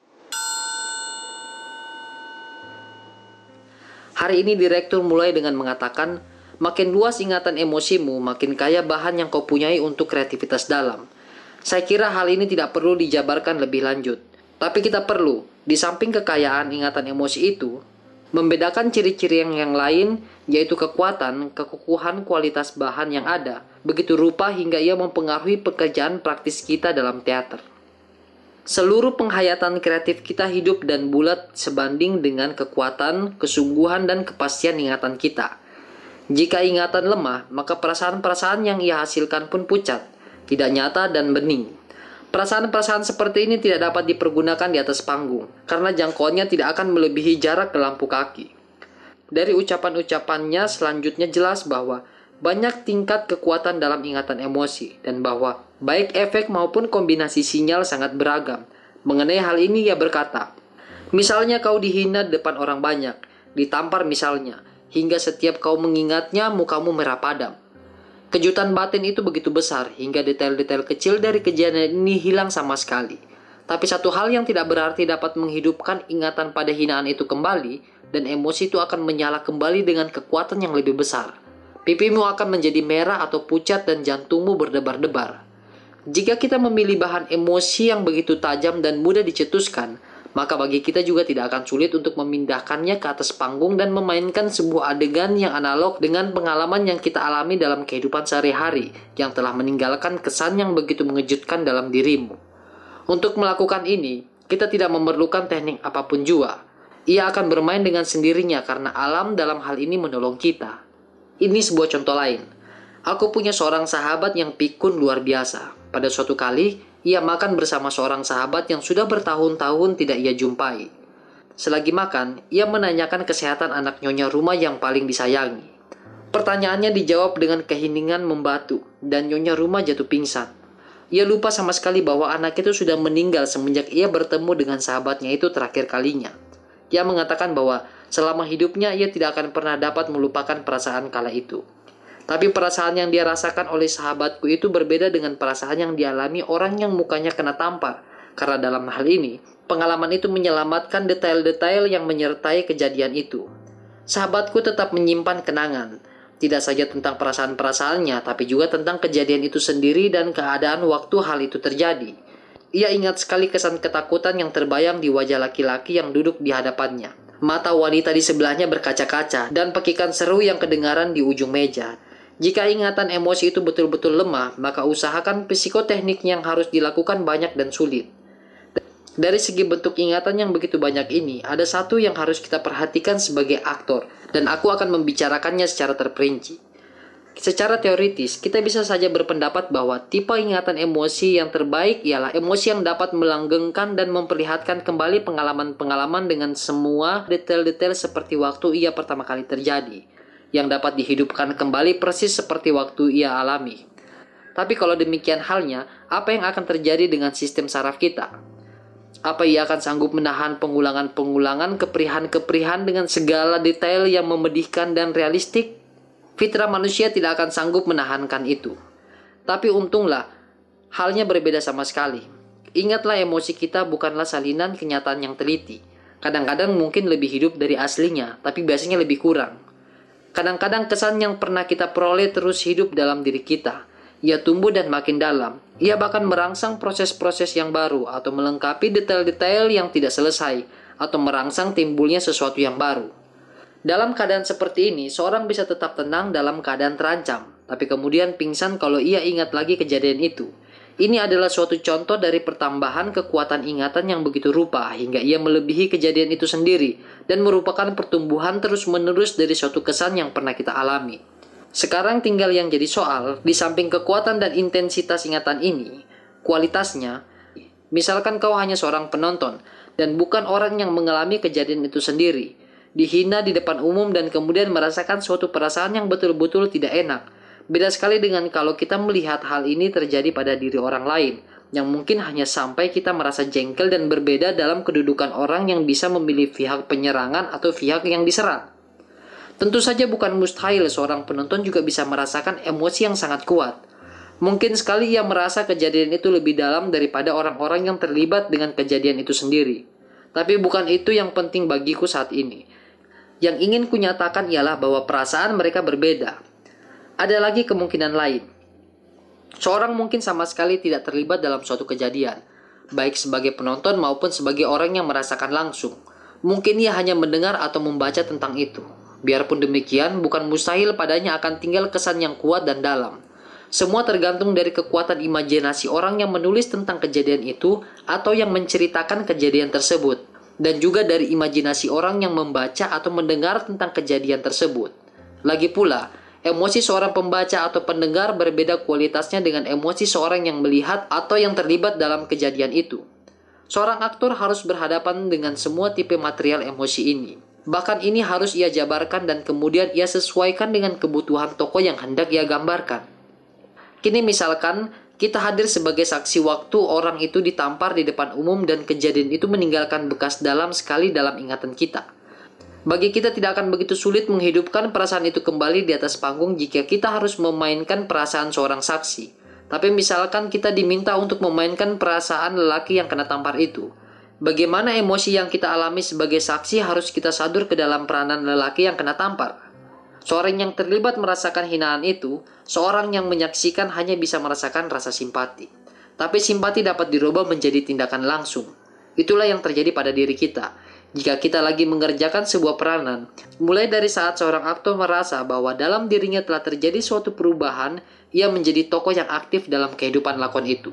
Hari ini direktur mulai dengan mengatakan, makin luas ingatan emosimu, makin kaya bahan yang kau punyai untuk kreativitas dalam. Saya kira hal ini tidak perlu dijabarkan lebih lanjut. Tapi kita perlu, di samping kekayaan ingatan emosi itu, membedakan ciri-ciri yang, yang lain, yaitu kekuatan, kekukuhan kualitas bahan yang ada, begitu rupa hingga ia mempengaruhi pekerjaan praktis kita dalam teater. Seluruh penghayatan kreatif kita hidup dan bulat sebanding dengan kekuatan, kesungguhan, dan kepastian ingatan kita. Jika ingatan lemah, maka perasaan-perasaan yang ia hasilkan pun pucat, tidak nyata dan bening. Perasaan-perasaan seperti ini tidak dapat dipergunakan di atas panggung, karena jangkauannya tidak akan melebihi jarak ke lampu kaki. Dari ucapan-ucapannya selanjutnya jelas bahwa banyak tingkat kekuatan dalam ingatan emosi, dan bahwa baik efek maupun kombinasi sinyal sangat beragam, Mengenai hal ini ia berkata, misalnya kau dihina di depan orang banyak, ditampar misalnya, hingga setiap kau mengingatnya mukamu merah padam. Kejutan batin itu begitu besar hingga detail-detail kecil dari kejadian ini hilang sama sekali. Tapi satu hal yang tidak berarti dapat menghidupkan ingatan pada hinaan itu kembali, dan emosi itu akan menyala kembali dengan kekuatan yang lebih besar. Pipimu akan menjadi merah atau pucat dan jantungmu berdebar-debar. Jika kita memilih bahan emosi yang begitu tajam dan mudah dicetuskan, maka bagi kita juga tidak akan sulit untuk memindahkannya ke atas panggung dan memainkan sebuah adegan yang analog dengan pengalaman yang kita alami dalam kehidupan sehari-hari yang telah meninggalkan kesan yang begitu mengejutkan dalam dirimu. Untuk melakukan ini, kita tidak memerlukan teknik apapun jua. Ia akan bermain dengan sendirinya karena alam dalam hal ini menolong kita. Ini sebuah contoh lain. Aku punya seorang sahabat yang pikun luar biasa. Pada suatu kali, ia makan bersama seorang sahabat yang sudah bertahun-tahun tidak ia jumpai. Selagi makan, ia menanyakan kesehatan anak nyonya rumah yang paling disayangi. Pertanyaannya dijawab dengan keheningan membatu, dan nyonya rumah jatuh pingsan. Ia lupa sama sekali bahwa anak itu sudah meninggal semenjak ia bertemu dengan sahabatnya itu terakhir kalinya. Ia mengatakan bahwa selama hidupnya ia tidak akan pernah dapat melupakan perasaan kala itu. Tapi perasaan yang dia rasakan oleh sahabatku itu berbeda dengan perasaan yang dialami orang yang mukanya kena tampar. Karena dalam hal ini, pengalaman itu menyelamatkan detail-detail yang menyertai kejadian itu. Sahabatku tetap menyimpan kenangan, tidak saja tentang perasaan-perasaannya, tapi juga tentang kejadian itu sendiri dan keadaan waktu hal itu terjadi. Ia ingat sekali kesan ketakutan yang terbayang di wajah laki-laki yang duduk di hadapannya. Mata wanita di sebelahnya berkaca-kaca, dan pekikan seru yang kedengaran di ujung meja. Jika ingatan emosi itu betul-betul lemah, maka usahakan psikoteknik yang harus dilakukan banyak dan sulit. Dari segi bentuk ingatan yang begitu banyak ini, ada satu yang harus kita perhatikan sebagai aktor, dan aku akan membicarakannya secara terperinci. Secara teoritis, kita bisa saja berpendapat bahwa tipe ingatan emosi yang terbaik ialah emosi yang dapat melanggengkan dan memperlihatkan kembali pengalaman-pengalaman dengan semua detail-detail seperti waktu ia pertama kali terjadi, yang dapat dihidupkan kembali persis seperti waktu ia alami. Tapi kalau demikian halnya, apa yang akan terjadi dengan sistem saraf kita? Apa ia akan sanggup menahan pengulangan-pengulangan keprihan-keprihan dengan segala detail yang memedihkan dan realistik? Fitrah manusia tidak akan sanggup menahankan itu. Tapi untunglah, halnya berbeda sama sekali. Ingatlah, emosi kita bukanlah salinan kenyataan yang teliti. Kadang-kadang mungkin lebih hidup dari aslinya, tapi biasanya lebih kurang. Kadang-kadang kesan yang pernah kita peroleh terus hidup dalam diri kita. Ia tumbuh dan makin dalam. Ia bahkan merangsang proses-proses yang baru atau melengkapi detail-detail yang tidak selesai atau merangsang timbulnya sesuatu yang baru. Dalam keadaan seperti ini, seorang bisa tetap tenang dalam keadaan terancam, tapi kemudian pingsan kalau ia ingat lagi kejadian itu. Ini adalah suatu contoh dari pertambahan kekuatan ingatan yang begitu rupa hingga ia melebihi kejadian itu sendiri dan merupakan pertumbuhan terus-menerus dari suatu kesan yang pernah kita alami. Sekarang tinggal yang jadi soal, di samping kekuatan dan intensitas ingatan ini, kualitasnya. Misalkan kau hanya seorang penonton dan bukan orang yang mengalami kejadian itu sendiri, dihina di depan umum dan kemudian merasakan suatu perasaan yang betul-betul tidak enak. Beda sekali dengan kalau kita melihat hal ini terjadi pada diri orang lain, yang mungkin hanya sampai kita merasa jengkel dan berbeda dalam kedudukan orang yang bisa memilih pihak penyerangan atau pihak yang diserang. Tentu saja bukan mustahil seorang penonton juga bisa merasakan emosi yang sangat kuat. Mungkin sekali ia merasa kejadian itu lebih dalam daripada orang-orang yang terlibat dengan kejadian itu sendiri. Tapi bukan itu yang penting bagiku saat ini. Yang ingin kunyatakan ialah bahwa perasaan mereka berbeda. Ada lagi kemungkinan lain. Seorang mungkin sama sekali tidak terlibat dalam suatu kejadian, baik sebagai penonton maupun sebagai orang yang merasakan langsung. Mungkin ia hanya mendengar atau membaca tentang itu. Biarpun demikian, bukan mustahil padanya akan tinggal kesan yang kuat dan dalam. Semua tergantung dari kekuatan imajinasi orang yang menulis tentang kejadian itu atau yang menceritakan kejadian tersebut, dan juga dari imajinasi orang yang membaca atau mendengar tentang kejadian tersebut. Lagi pula, emosi seorang pembaca atau pendengar berbeda kualitasnya dengan emosi seorang yang melihat atau yang terlibat dalam kejadian itu. Seorang aktor harus berhadapan dengan semua tipe material emosi ini. Bahkan ini harus ia jabarkan dan kemudian ia sesuaikan dengan kebutuhan tokoh yang hendak ia gambarkan. Kini misalkan Kita hadir sebagai saksi waktu orang itu ditampar di depan umum dan kejadian itu meninggalkan bekas dalam sekali dalam ingatan kita. Bagi kita tidak akan begitu sulit menghidupkan perasaan itu kembali di atas panggung jika kita harus memainkan perasaan seorang saksi. Tapi misalkan kita diminta untuk memainkan perasaan lelaki yang kena tampar itu. Bagaimana emosi yang kita alami sebagai saksi harus kita sadur ke dalam peranan lelaki yang kena tampar. Seorang yang terlibat merasakan hinaan itu, seorang yang menyaksikan hanya bisa merasakan rasa simpati. Tapi simpati dapat dirubah menjadi tindakan langsung. Itulah yang terjadi pada diri kita. Jika kita lagi mengerjakan sebuah peranan, mulai dari saat seorang aktor merasa bahwa dalam dirinya telah terjadi suatu perubahan, ia menjadi tokoh yang aktif dalam kehidupan lakon itu.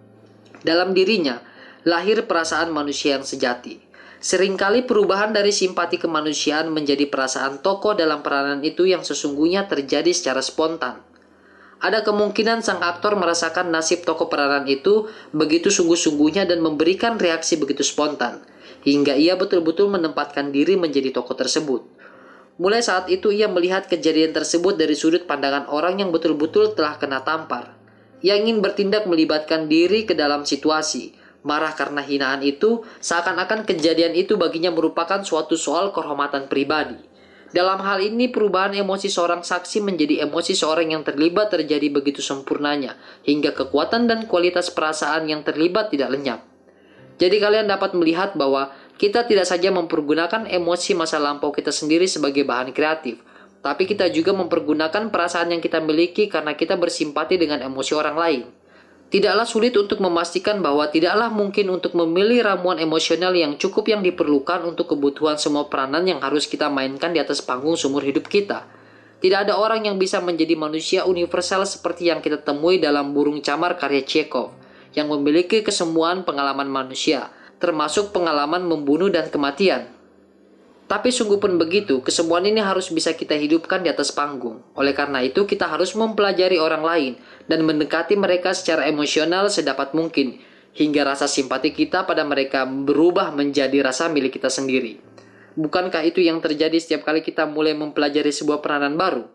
Dalam dirinya, lahir perasaan manusia yang sejati. Seringkali perubahan dari simpati kemanusiaan menjadi perasaan tokoh dalam peranan itu yang sesungguhnya terjadi secara spontan. Ada kemungkinan sang aktor merasakan nasib tokoh peranan itu begitu sungguh-sungguhnya dan memberikan reaksi begitu spontan, hingga ia betul-betul menempatkan diri menjadi tokoh tersebut. Mulai saat itu ia melihat kejadian tersebut dari sudut pandangan orang yang betul-betul telah kena tampar. Ia ingin bertindak melibatkan diri ke dalam situasi, marah karena hinaan itu, seakan-akan kejadian itu baginya merupakan suatu soal kehormatan pribadi. Dalam hal ini, perubahan emosi seorang saksi menjadi emosi seorang yang terlibat terjadi begitu sempurnanya, hingga kekuatan dan kualitas perasaan yang terlibat tidak lenyap. Jadi kalian dapat melihat bahwa kita tidak saja mempergunakan emosi masa lampau kita sendiri sebagai bahan kreatif, tapi kita juga mempergunakan perasaan yang kita miliki karena kita bersimpati dengan emosi orang lain. Tidaklah sulit untuk memastikan bahwa tidaklah mungkin untuk memilih ramuan emosional yang cukup yang diperlukan untuk kebutuhan semua peranan yang harus kita mainkan di atas panggung seumur hidup kita. Tidak ada orang yang bisa menjadi manusia universal seperti yang kita temui dalam Burung Camar karya Chekhov, yang memiliki kesemuaan pengalaman manusia, termasuk pengalaman membunuh dan kematian. Tapi sungguh pun begitu, kesemuaan ini harus bisa kita hidupkan di atas panggung. Oleh karena itu, kita harus mempelajari orang lain dan mendekati mereka secara emosional sedapat mungkin, hingga rasa simpati kita pada mereka berubah menjadi rasa milik kita sendiri. Bukankah itu yang terjadi setiap kali kita mulai mempelajari sebuah peranan baru?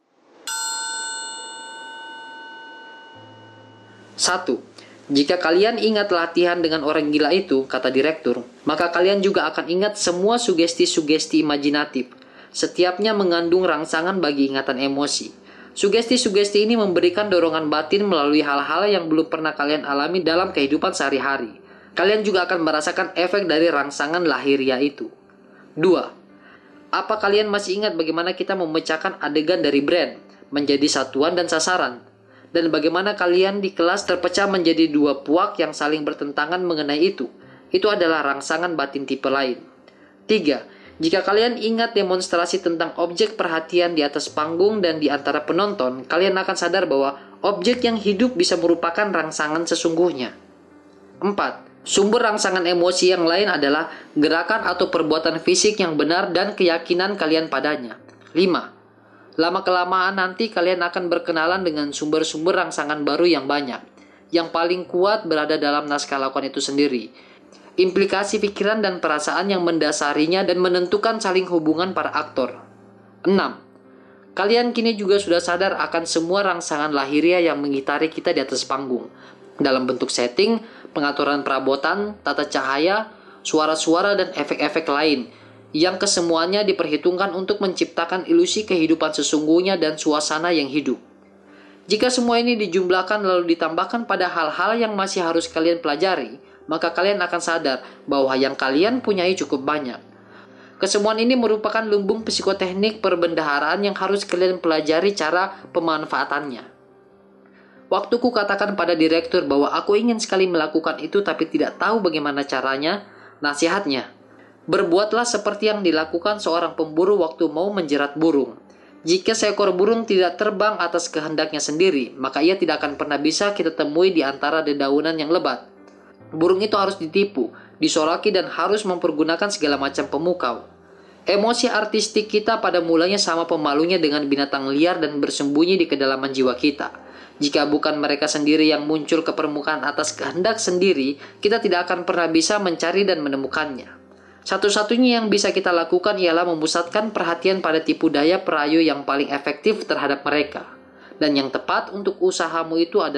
satu. Jika kalian ingat latihan dengan orang gila itu, kata direktur, maka kalian juga akan ingat semua sugesti-sugesti imajinatif. Setiapnya mengandung rangsangan bagi ingatan emosi. Sugesti-sugesti ini memberikan dorongan batin melalui hal-hal yang belum pernah kalian alami dalam kehidupan sehari-hari. Kalian juga akan merasakan efek dari rangsangan lahiriah itu. dua. Apa kalian masih ingat bagaimana kita memecahkan adegan dari brand menjadi satuan dan sasaran? Dan bagaimana kalian di kelas terpecah menjadi dua puak yang saling bertentangan mengenai itu? Itu adalah rangsangan batin tipe lain. tiga. Jika kalian ingat demonstrasi tentang objek perhatian di atas panggung dan di antara penonton, kalian akan sadar bahwa objek yang hidup bisa merupakan rangsangan sesungguhnya. empat. Sumber rangsangan emosi yang lain adalah gerakan atau perbuatan fisik yang benar dan keyakinan kalian padanya. lima. Lama-kelamaan nanti kalian akan berkenalan dengan sumber-sumber rangsangan baru yang banyak. Yang paling kuat berada dalam naskah lakon itu sendiri. Implikasi pikiran dan perasaan yang mendasarinya dan menentukan saling hubungan para aktor. enam. Kalian kini juga sudah sadar akan semua rangsangan lahiriah yang mengitari kita di atas panggung. Dalam bentuk setting, pengaturan perabotan, tata cahaya, suara-suara, dan efek-efek lain, yang kesemuanya diperhitungkan untuk menciptakan ilusi kehidupan sesungguhnya dan suasana yang hidup. Jika semua ini dijumlahkan lalu ditambahkan pada hal-hal yang masih harus kalian pelajari, maka kalian akan sadar bahwa yang kalian punyai cukup banyak. Kesemuaan ini merupakan lumbung psikoteknik perbendaharaan yang harus kalian pelajari cara pemanfaatannya. Waktu ku katakan pada direktur bahwa aku ingin sekali melakukan itu tapi tidak tahu bagaimana caranya, nasihatnya, berbuatlah seperti yang dilakukan seorang pemburu waktu mau menjerat burung. Jika seekor burung tidak terbang atas kehendaknya sendiri, maka ia tidak akan pernah bisa kita temui di antara dedaunan yang lebat. Burung itu harus ditipu, disoraki dan harus mempergunakan segala macam pemukau. Emosi artistik kita pada mulanya sama pemalunya dengan binatang liar dan bersembunyi di kedalaman jiwa kita. Jika bukan mereka sendiri yang muncul ke permukaan atas kehendak sendiri, kita tidak akan pernah bisa mencari dan menemukannya. Satu-satunya yang bisa kita lakukan ialah memusatkan perhatian pada tipu daya perayu yang paling efektif terhadap mereka. Dan yang tepat untuk usahamu itu adalah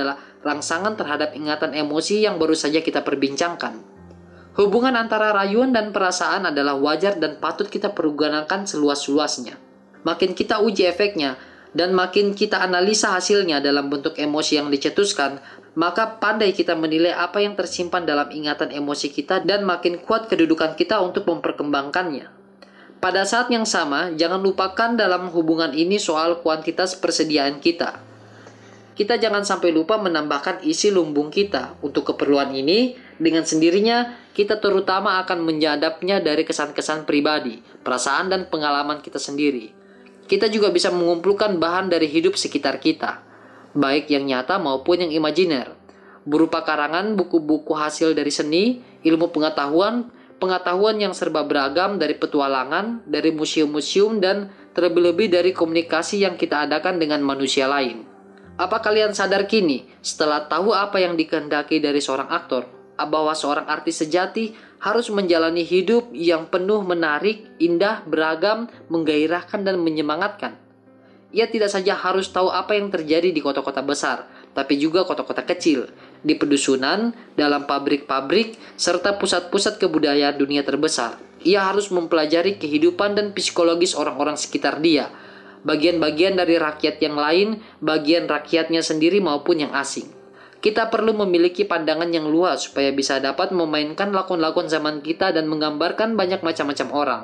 rangsangan terhadap ingatan emosi yang baru saja kita perbincangkan. Hubungan antara rayuan dan perasaan adalah wajar dan patut kita pergunakan seluas-luasnya. Makin kita uji efeknya, dan makin kita analisa hasilnya dalam bentuk emosi yang dicetuskan, maka pandai kita menilai apa yang tersimpan dalam ingatan emosi kita dan makin kuat kedudukan kita untuk memperkembangkannya. Pada saat yang sama, jangan lupakan dalam hubungan ini soal kuantitas persediaan kita. Kita jangan sampai lupa menambahkan isi lumbung kita. Untuk keperluan ini, dengan sendirinya, kita terutama akan menyadapnya dari kesan-kesan pribadi, perasaan dan pengalaman kita sendiri. Kita juga bisa mengumpulkan bahan dari hidup sekitar kita, baik yang nyata maupun yang imajiner, berupa karangan buku-buku hasil dari seni, ilmu pengetahuan, pengetahuan yang serba beragam dari petualangan, dari museum-museum, dan terlebih-lebih dari komunikasi yang kita adakan dengan manusia lain. Apa kalian sadar kini, setelah tahu apa yang dikehendaki dari seorang aktor, bahwa seorang artis sejati harus menjalani hidup yang penuh menarik, indah, beragam, menggairahkan, dan menyemangatkan? Ia tidak saja harus tahu apa yang terjadi di kota-kota besar, tapi juga kota-kota kecil, di pedusunan, dalam pabrik-pabrik, serta pusat-pusat kebudayaan dunia terbesar. Ia harus mempelajari kehidupan dan psikologis orang-orang sekitar dia, bagian-bagian dari rakyat yang lain, bagian rakyatnya sendiri maupun yang asing. Kita perlu memiliki pandangan yang luas supaya bisa dapat memainkan lakon-lakon zaman kita dan menggambarkan banyak macam-macam orang.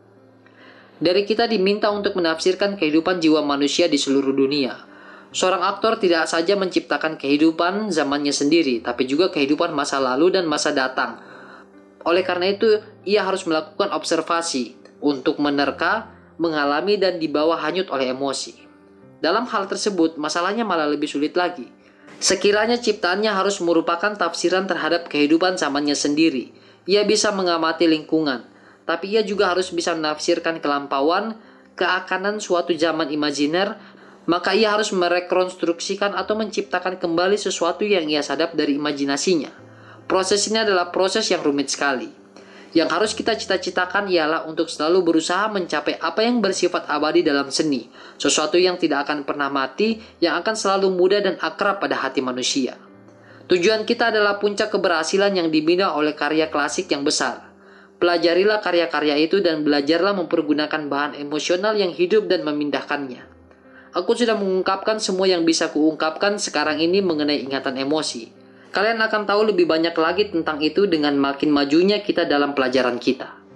Dari kita diminta untuk menafsirkan kehidupan jiwa manusia di seluruh dunia. Seorang aktor tidak saja menciptakan kehidupan zamannya sendiri, tapi juga kehidupan masa lalu dan masa datang. Oleh karena itu, ia harus melakukan observasi untuk menerka, mengalami, dan dibawa hanyut oleh emosi. Dalam hal tersebut, masalahnya malah lebih sulit lagi. Sekiranya ciptaannya harus merupakan tafsiran terhadap kehidupan zamannya sendiri, ia bisa mengamati lingkungan, tapi ia juga harus bisa menafsirkan kelampauan, keakanan suatu zaman imajiner, maka ia harus merekonstruksikan atau menciptakan kembali sesuatu yang ia sadap dari imajinasinya. Proses ini adalah proses yang rumit sekali. Yang harus kita cita-citakan ialah untuk selalu berusaha mencapai apa yang bersifat abadi dalam seni, sesuatu yang tidak akan pernah mati, yang akan selalu muda dan akrab pada hati manusia. Tujuan kita adalah puncak keberhasilan yang dibina oleh karya klasik yang besar. Pelajarilah karya-karya itu dan belajarlah mempergunakan bahan emosional yang hidup dan memindahkannya. Aku sudah mengungkapkan semua yang bisa kuungkapkan sekarang ini mengenai ingatan emosi. Kalian akan tahu lebih banyak lagi tentang itu dengan makin majunya kita dalam pelajaran kita.